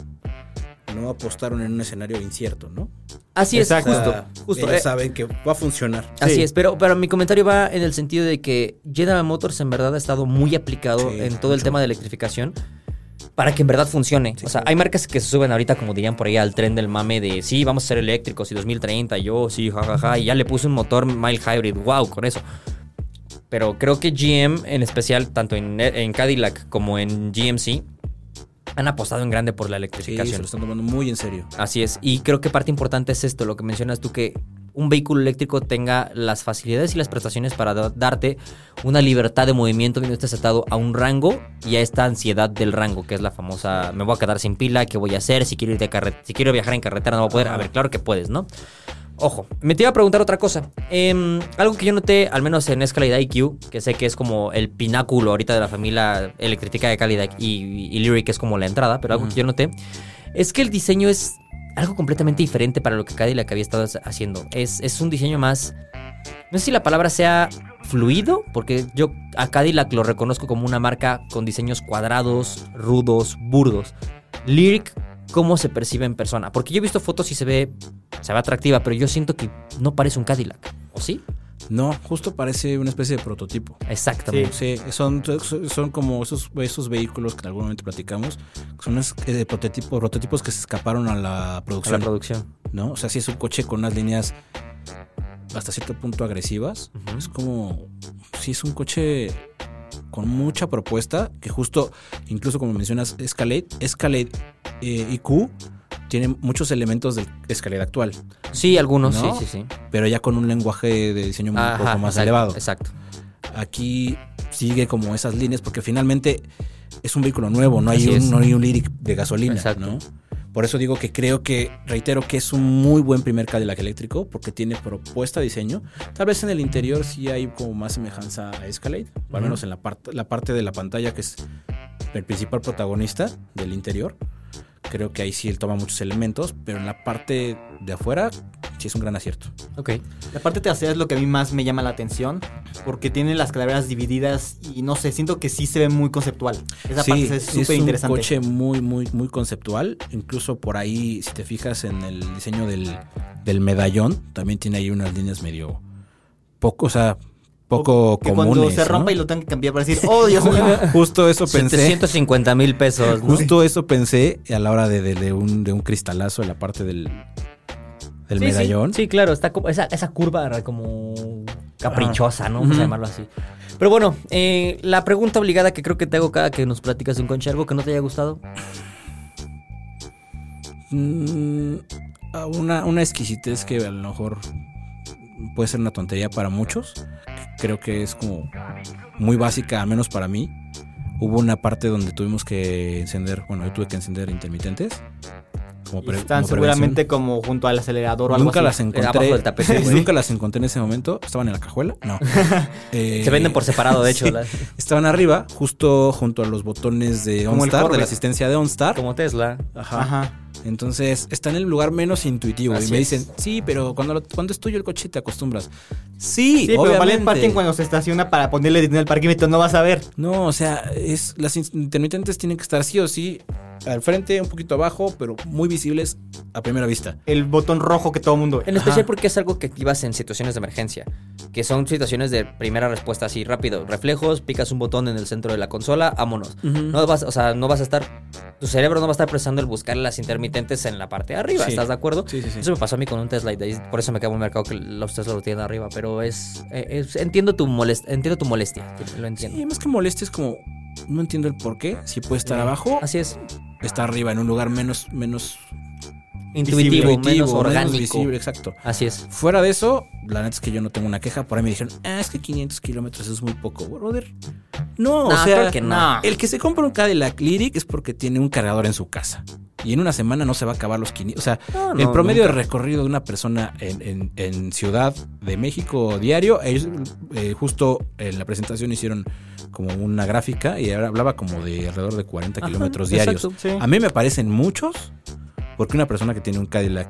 apostaron en un escenario incierto, ¿no? Así es, Exacto. O sea, justo. ellos saben que va a funcionar. Así Sí. es, pero mi comentario va en el sentido de que General Motors en verdad ha estado muy aplicado Sí, en todo el mucho. tema de electrificación para que en verdad funcione. Sí, o sea, claro. hay marcas que se suben ahorita, como dirían por ahí, al tren del mame de sí, vamos a ser eléctricos y 2030, yo sí, jajaja, y ya le puse un motor mild hybrid, wow, con eso. Pero creo que GM en especial, tanto en Cadillac como en GMC, han apostado en grande por la Sí, se electrificación. lo están tomando muy en serio. Así es, y creo que parte importante es esto, lo que mencionas tú, que un vehículo eléctrico tenga las facilidades y las prestaciones para darte una libertad de movimiento y no estés atado a un rango y a esta ansiedad del rango, que es la famosa, me voy a quedar sin pila, ¿qué voy a hacer? Si quiero viajar en carretera no voy a poder. A ver, claro que puedes, ¿no? Ojo, me te iba a preguntar otra cosa. Algo que yo noté, al menos en Escalade IQ, que sé que es como el pináculo ahorita de la familia eléctrica de Cadillac y Lyric es como la entrada, pero algo que yo noté es que el diseño es algo completamente diferente para lo que Cadillac había estado haciendo. Es un diseño más, no sé si la palabra sea fluido, porque yo a Cadillac lo reconozco como una marca con diseños cuadrados, rudos, burdos. Lyric, ¿cómo se percibe en persona? Porque yo he visto fotos y se ve atractiva, pero yo siento que no parece un Cadillac, ¿o sí? No, justo parece una especie de prototipo. Exactamente. Sí, son como esos vehículos que en algún momento platicamos, son prototipos que se escaparon a la A producción. la producción. ¿No? O sea, si es un coche con unas líneas hasta cierto punto agresivas, es como si es un coche con mucha propuesta, que justo, incluso como mencionas, Escalade IQ tiene muchos elementos del Escalade actual, Sí, algunos, ¿no? sí. pero ya con un lenguaje de diseño un poco más elevado. Exacto. Aquí sigue como esas líneas, porque finalmente es un vehículo nuevo, no Así hay es. un Lyric de gasolina, Exacto. ¿no? Por eso digo que reitero que es un muy buen primer Cadillac eléctrico, porque tiene propuesta de diseño. Tal vez en el interior sí hay como más semejanza a Escalade, o al menos en la parte de la pantalla, que es el principal protagonista del interior. Creo que ahí sí él toma muchos elementos, pero en la parte de afuera sí es un gran acierto. Ok. La parte trasera es lo que a mí más me llama la atención, porque tiene las calaveras divididas y no sé, siento que sí se ve muy conceptual. Esa parte es súper interesante. Es un coche muy, muy, muy conceptual. Incluso por ahí, si te fijas en el diseño del medallón, también tiene ahí unas líneas medio poco que comunes. cuando se rompa, ¿no? y lo tengan que cambiar para decir, oh, Dios mío. Justo eso pensé. 750,000 pesos. ¿no? Justo eso pensé a la hora de un cristalazo en la parte del medallón. Sí, claro, está como esa curva como caprichosa, ¿no? Vamos a llamarlo así. Pero bueno, la pregunta obligada que creo que te hago cada que nos platicas de un coche, ¿algo que no te haya gustado? Una exquisitez que a lo mejor puede ser una tontería para muchos. Creo que es como muy básica, al menos para mí. Hubo una parte donde tuvimos que encender, yo tuve que encender intermitentes. Están seguramente como junto al acelerador o algo Nunca así. las encontré. Abajo del tapete, güey. Nunca las encontré en ese momento. Estaban en la cajuela. No. Se venden por separado, de hecho. Sí. Estaban arriba, justo junto a los botones de Como el OnStar, de Corvette. la asistencia de OnStar. Como Tesla. Ajá. Entonces, está en el lugar menos intuitivo. Así y me es. dicen, sí, pero cuando es tuyo el coche te acostumbras. Sí, Sí, pero obviamente. vale el parking cuando se estaciona para ponerle dinero al parquímetro, no vas a ver. No, o sea, las intermitentes tienen que estar sí o sí al frente, un poquito abajo, pero muy visibles a primera vista. El botón rojo que todo mundo ve. En especial porque es algo que activas en situaciones de emergencia, que son situaciones de primera respuesta así rápido. Reflejos, picas un botón en el centro de la consola, vámonos. No vas a estar, tu cerebro no va a estar presionando el buscar las intermitentes en la parte de arriba, Sí. ¿estás de acuerdo? Sí. Eso me pasó a mí con un Tesla y de ahí, por eso me quedó muy marcado que los Tesla lo tienen arriba, pero entiendo tu molestia, lo entiendo. Y más que molestia es como, no entiendo el por qué. Si puede estar abajo, Así es. está arriba en un lugar menos Intuitivo, menos orgánico. visible, exacto. Así es. Fuera de eso, la neta es que yo no tengo una queja. Por ahí me dijeron, es que 500 kilómetros es muy poco, brother. No, o sea, claro que no. El que se compra un Cadillac Lyric es porque tiene un cargador en su casa. Y en una semana no se va a acabar los 500. O sea, No, el promedio nunca. de recorrido de una persona en Ciudad de México diario, ellos justo en la presentación hicieron como una gráfica y hablaba como de alrededor de 40 kilómetros diarios. exacto, sí. A mí me parecen muchos, porque una persona que tiene un Cadillac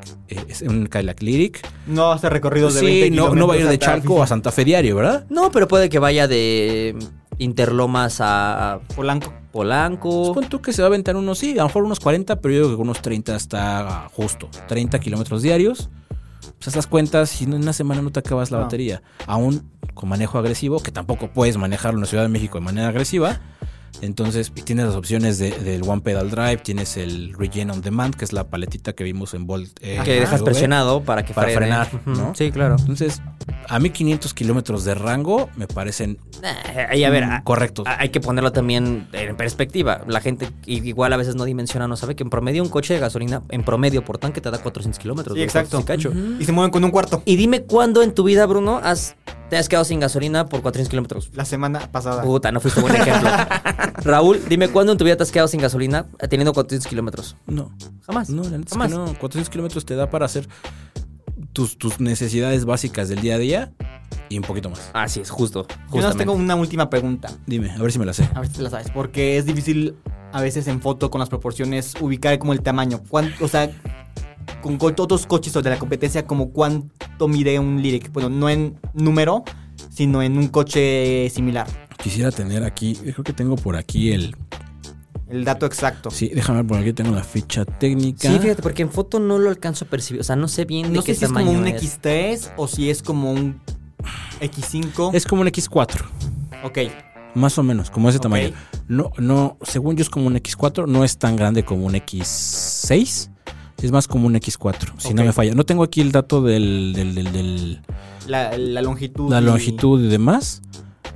Lyric, No hace recorridos de 20 sí, kilómetros. no va a ir de hasta Chalco a Santa Fe diario, ¿verdad? No, pero puede que vaya de Interlomas a Polanco. Polanco. Pues pon tú que se va a aventar unos, sí, a lo mejor unos 40, pero yo digo que unos 30 está justo. 30 kilómetros diarios. Pues haz las cuentas y en una semana no te acabas la No. batería. Aún con manejo agresivo, que tampoco puedes manejarlo en la Ciudad de México de manera agresiva. Entonces tienes las opciones del One Pedal Drive, tienes el Regen on Demand, que es la paletita que vimos en Bolt. Que dejas V, presionado para que para frene. frenar, Ujú. ¿no? Sí, claro. Entonces, a mí 500 kilómetros de rango me parecen Y a ver, correctos. hay que ponerlo también en perspectiva. La gente igual a veces no dimensiona, no sabe que en promedio un coche de gasolina, en promedio por tanque te da 400 kilómetros. Sí, güey, exacto. sí, cacho. Y se mueven con un cuarto. Y dime cuándo en tu vida, Bruno, te has quedado sin gasolina por 400 kilómetros. La semana pasada. Puta, no fuiste buen ejemplo. Raúl, dime cuándo en tu vida te has quedado sin gasolina teniendo 400 kilómetros. No. Jamás. No, la neta Jamás. es que no. 400 kilómetros te da para hacer tus necesidades básicas del día a día y un poquito más. Así es, justo. Yo nos Justamente. tengo una última pregunta. Dime, a ver si me la sé. A ver si te la sabes. Porque es difícil a veces en foto con las proporciones ubicar como el tamaño. O sea, con otros coches de la competencia, como cuánto mide un Lyric. Bueno, no en número, sino en un coche similar. Quisiera tener aquí, creo que tengo por aquí el... El dato exacto. Sí, déjame ver, por aquí tengo la ficha técnica. Sí, fíjate, porque en foto no lo alcanzo a percibir. O sea, no sé bien de No qué sé si es tamaño como un es. X3 o si es como un X5. Es como un X4, Ok. más o menos, como ese Ok. tamaño. No, según yo es como un X4, no es tan grande como un X6. Es más como un X4, si no Ok. me falla. No tengo aquí el dato La longitud. la longitud y demás,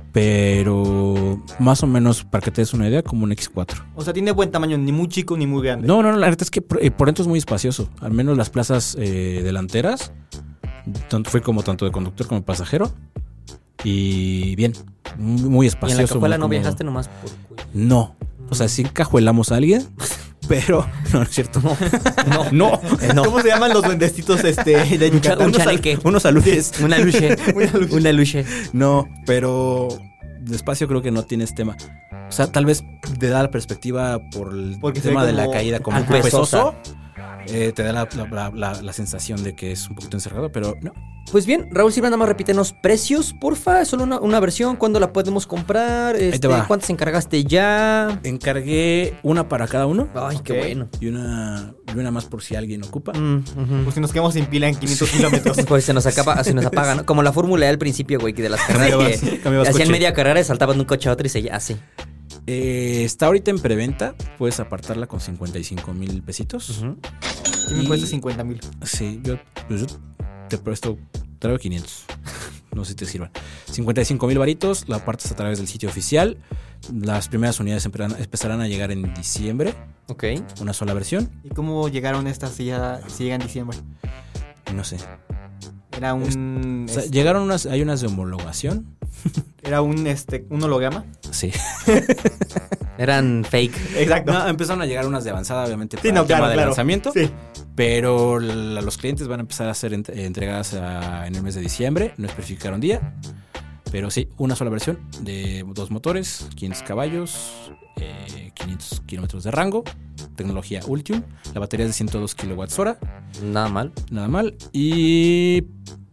pero más o menos, para que te des una idea, como un X4. O sea, tiene buen tamaño, ni muy chico ni muy grande. No, la verdad es que por dentro es muy espacioso. Al menos las plazas delanteras, fue como tanto de conductor como de pasajero. Y bien, muy ¿Y espacioso. en la cajuela muy no cómodo. viajaste nomás por culo? No, o sea, sí encajuelamos a alguien, pero no es cierto. No. ¿Cómo se llaman los duendecitos de Yucatán? Un chaneque. Unos aludes. Una luche. Una luche. No, pero despacio creo que no tienes tema. O sea, tal vez te da la perspectiva por el Porque se tema ve de la como caída como un pesosa. pesoso. Te da la sensación de que es un poquito encerrado, pero no. Pues bien, Raúl Silva, nada más repítenos precios, porfa. Solo una versión. ¿Cuándo la podemos comprar? te va. ¿Cuántas encargaste ya? Encargué una para cada uno Ay, qué bueno. y una más por si alguien ocupa. Pues si nos quedamos sin pila en 500 kilómetros. Pues se nos apaga, ¿no? Como la fórmula E al principio, güey, que de las carreras que Cambiabas hacían coche. media carrera y saltaban de un coche a otro y seguía así. Está ahorita en preventa. Puedes apartarla con 55,000 pesitos. Y me cuesta 50,000. Sí, yo te presto, traigo 500. No sé si te sirvan. 55,000 varitos, la apartas a través del sitio oficial. Las primeras unidades empezarán a llegar en diciembre. Ok. Una sola versión. ¿Y cóó llegaron estas si llega en diciembre? No sé. Era un... O sea, llegaron hay unas de homologación. Era un holograma. Sí. Eran fake. Exacto. No, empezaron a llegar unas de avanzada, obviamente, para Sí, no, el tema claro, de claro. lanzamiento. Sí. Pero los clientes van a empezar a ser entregadas en el mes de diciembre. No especificaron día. Pero sí, una sola versión de 2 motores, 500 caballos, 500 kilómetros de rango, tecnología Ultium. La batería es de 102 kWh, Nada mal. nada mal. Y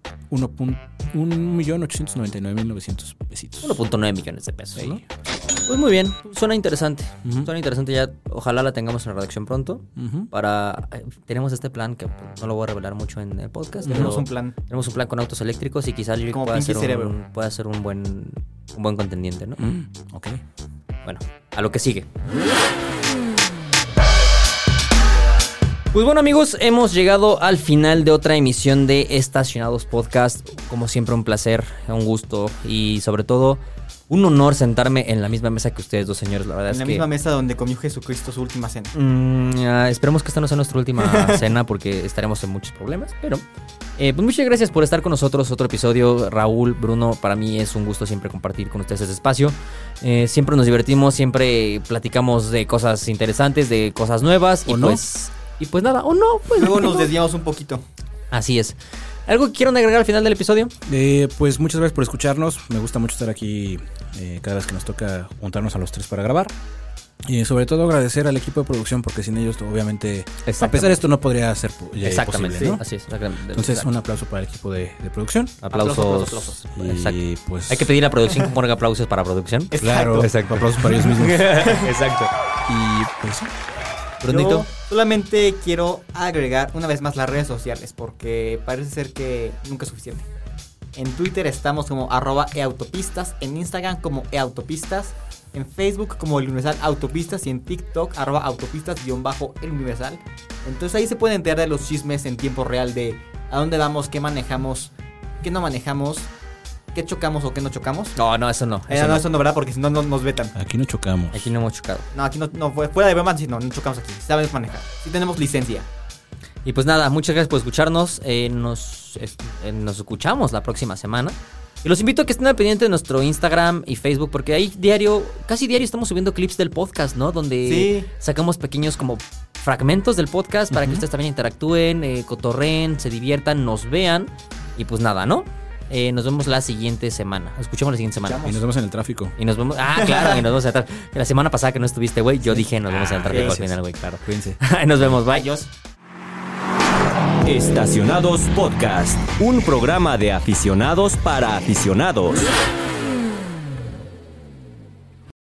1,899,900 pesitos. 1.9 millones de pesos, Sí. ¿no? Pues muy bien, suena interesante. Ujú. Suena interesante ya. Ojalá la tengamos en la redacción pronto. Ujú. Tenemos este plan que pues, no lo voy a revelar mucho en el podcast. Tenemos pero un plan. Tenemos un plan con autos eléctricos y quizá Lyric Como pueda Pinky ser, Cerebro. pueda ser un buen contendiente, ¿no? Ok. Bueno, a lo que sigue. Pues bueno, amigos, hemos llegado al final de otra emisión de Estacionados Podcast. Como siempre, un placer, un gusto y sobre todo un honor sentarme en la misma mesa que ustedes dos, señores. La verdad En es la que misma mesa donde comió Jesucristo su última cena. esperemos que esta no sea nuestra última cena porque estaremos en muchos problemas. Pero pues muchas gracias por estar con nosotros. Otro episodio. Raúl, Bruno, para mí es un gusto siempre compartir con ustedes este espacio. Siempre nos divertimos, siempre platicamos de cosas interesantes, de cosas nuevas. ¿O y no? pues nada, o no, pues Luego nos no. desviamos un poquito. Así es. ¿Algo que quieran agregar al final del episodio? Pues muchas gracias por escucharnos. Me gusta mucho estar aquí cada vez que nos toca juntarnos a los tres para grabar. Y sobre todo agradecer al equipo de producción porque sin ellos obviamente a pesar de esto no podría ser Exactamente, posible, ¿no? así es. Exactamente. Entonces Exacto. un aplauso para el equipo de producción. Aplausos. Y Exacto. pues Hay que pedir a producción que ponga aplausos para producción. claro, Exacto. aplausos para ellos mismos. Exacto. Y pues sí. Brunito. Yo solamente quiero agregar una vez más las redes sociales porque parece ser que nunca es suficiente. En Twitter estamos como @eautopistas, en Instagram como eautopistas, en Facebook como El Universal Autopistas y en TikTok @autopistas_El Universal. Entonces ahí se pueden enterar de los chismes en tiempo real de a dónde vamos, qué manejamos, qué no manejamos, qué chocamos o qué no chocamos. No, eso no. No, eso no, ¿verdad? Porque si no, nos vetan. Aquí no chocamos. Aquí no hemos chocado. No, aquí no fuera de broma, sí, no chocamos aquí. Sabemos manejar. Sí tenemos licencia. Y pues nada, muchas gracias por escucharnos. Nos escuchamos la próxima semana. Y los invito a que estén al pendiente de nuestro Instagram y Facebook, porque ahí casi diario estamos subiendo clips del podcast, ¿no? Donde Sí. sacamos pequeños como fragmentos del podcast para que ustedes también interactúen, cotorreen, se diviertan, nos vean. Y pues nada, ¿no? Nos vemos la siguiente semana. Nos escuchamos la siguiente semana. Y nos vemos en el tráfico. Y nos vemos. Ah, claro, y nos vemos en el tráfico. La semana pasada que no estuviste, güey, yo dije nos vemos en el tráfico al gracias. final, güey, claro. Cuídense. Nos vemos, bye. Adiós. Estacionados Podcast, un programa de aficionados para aficionados.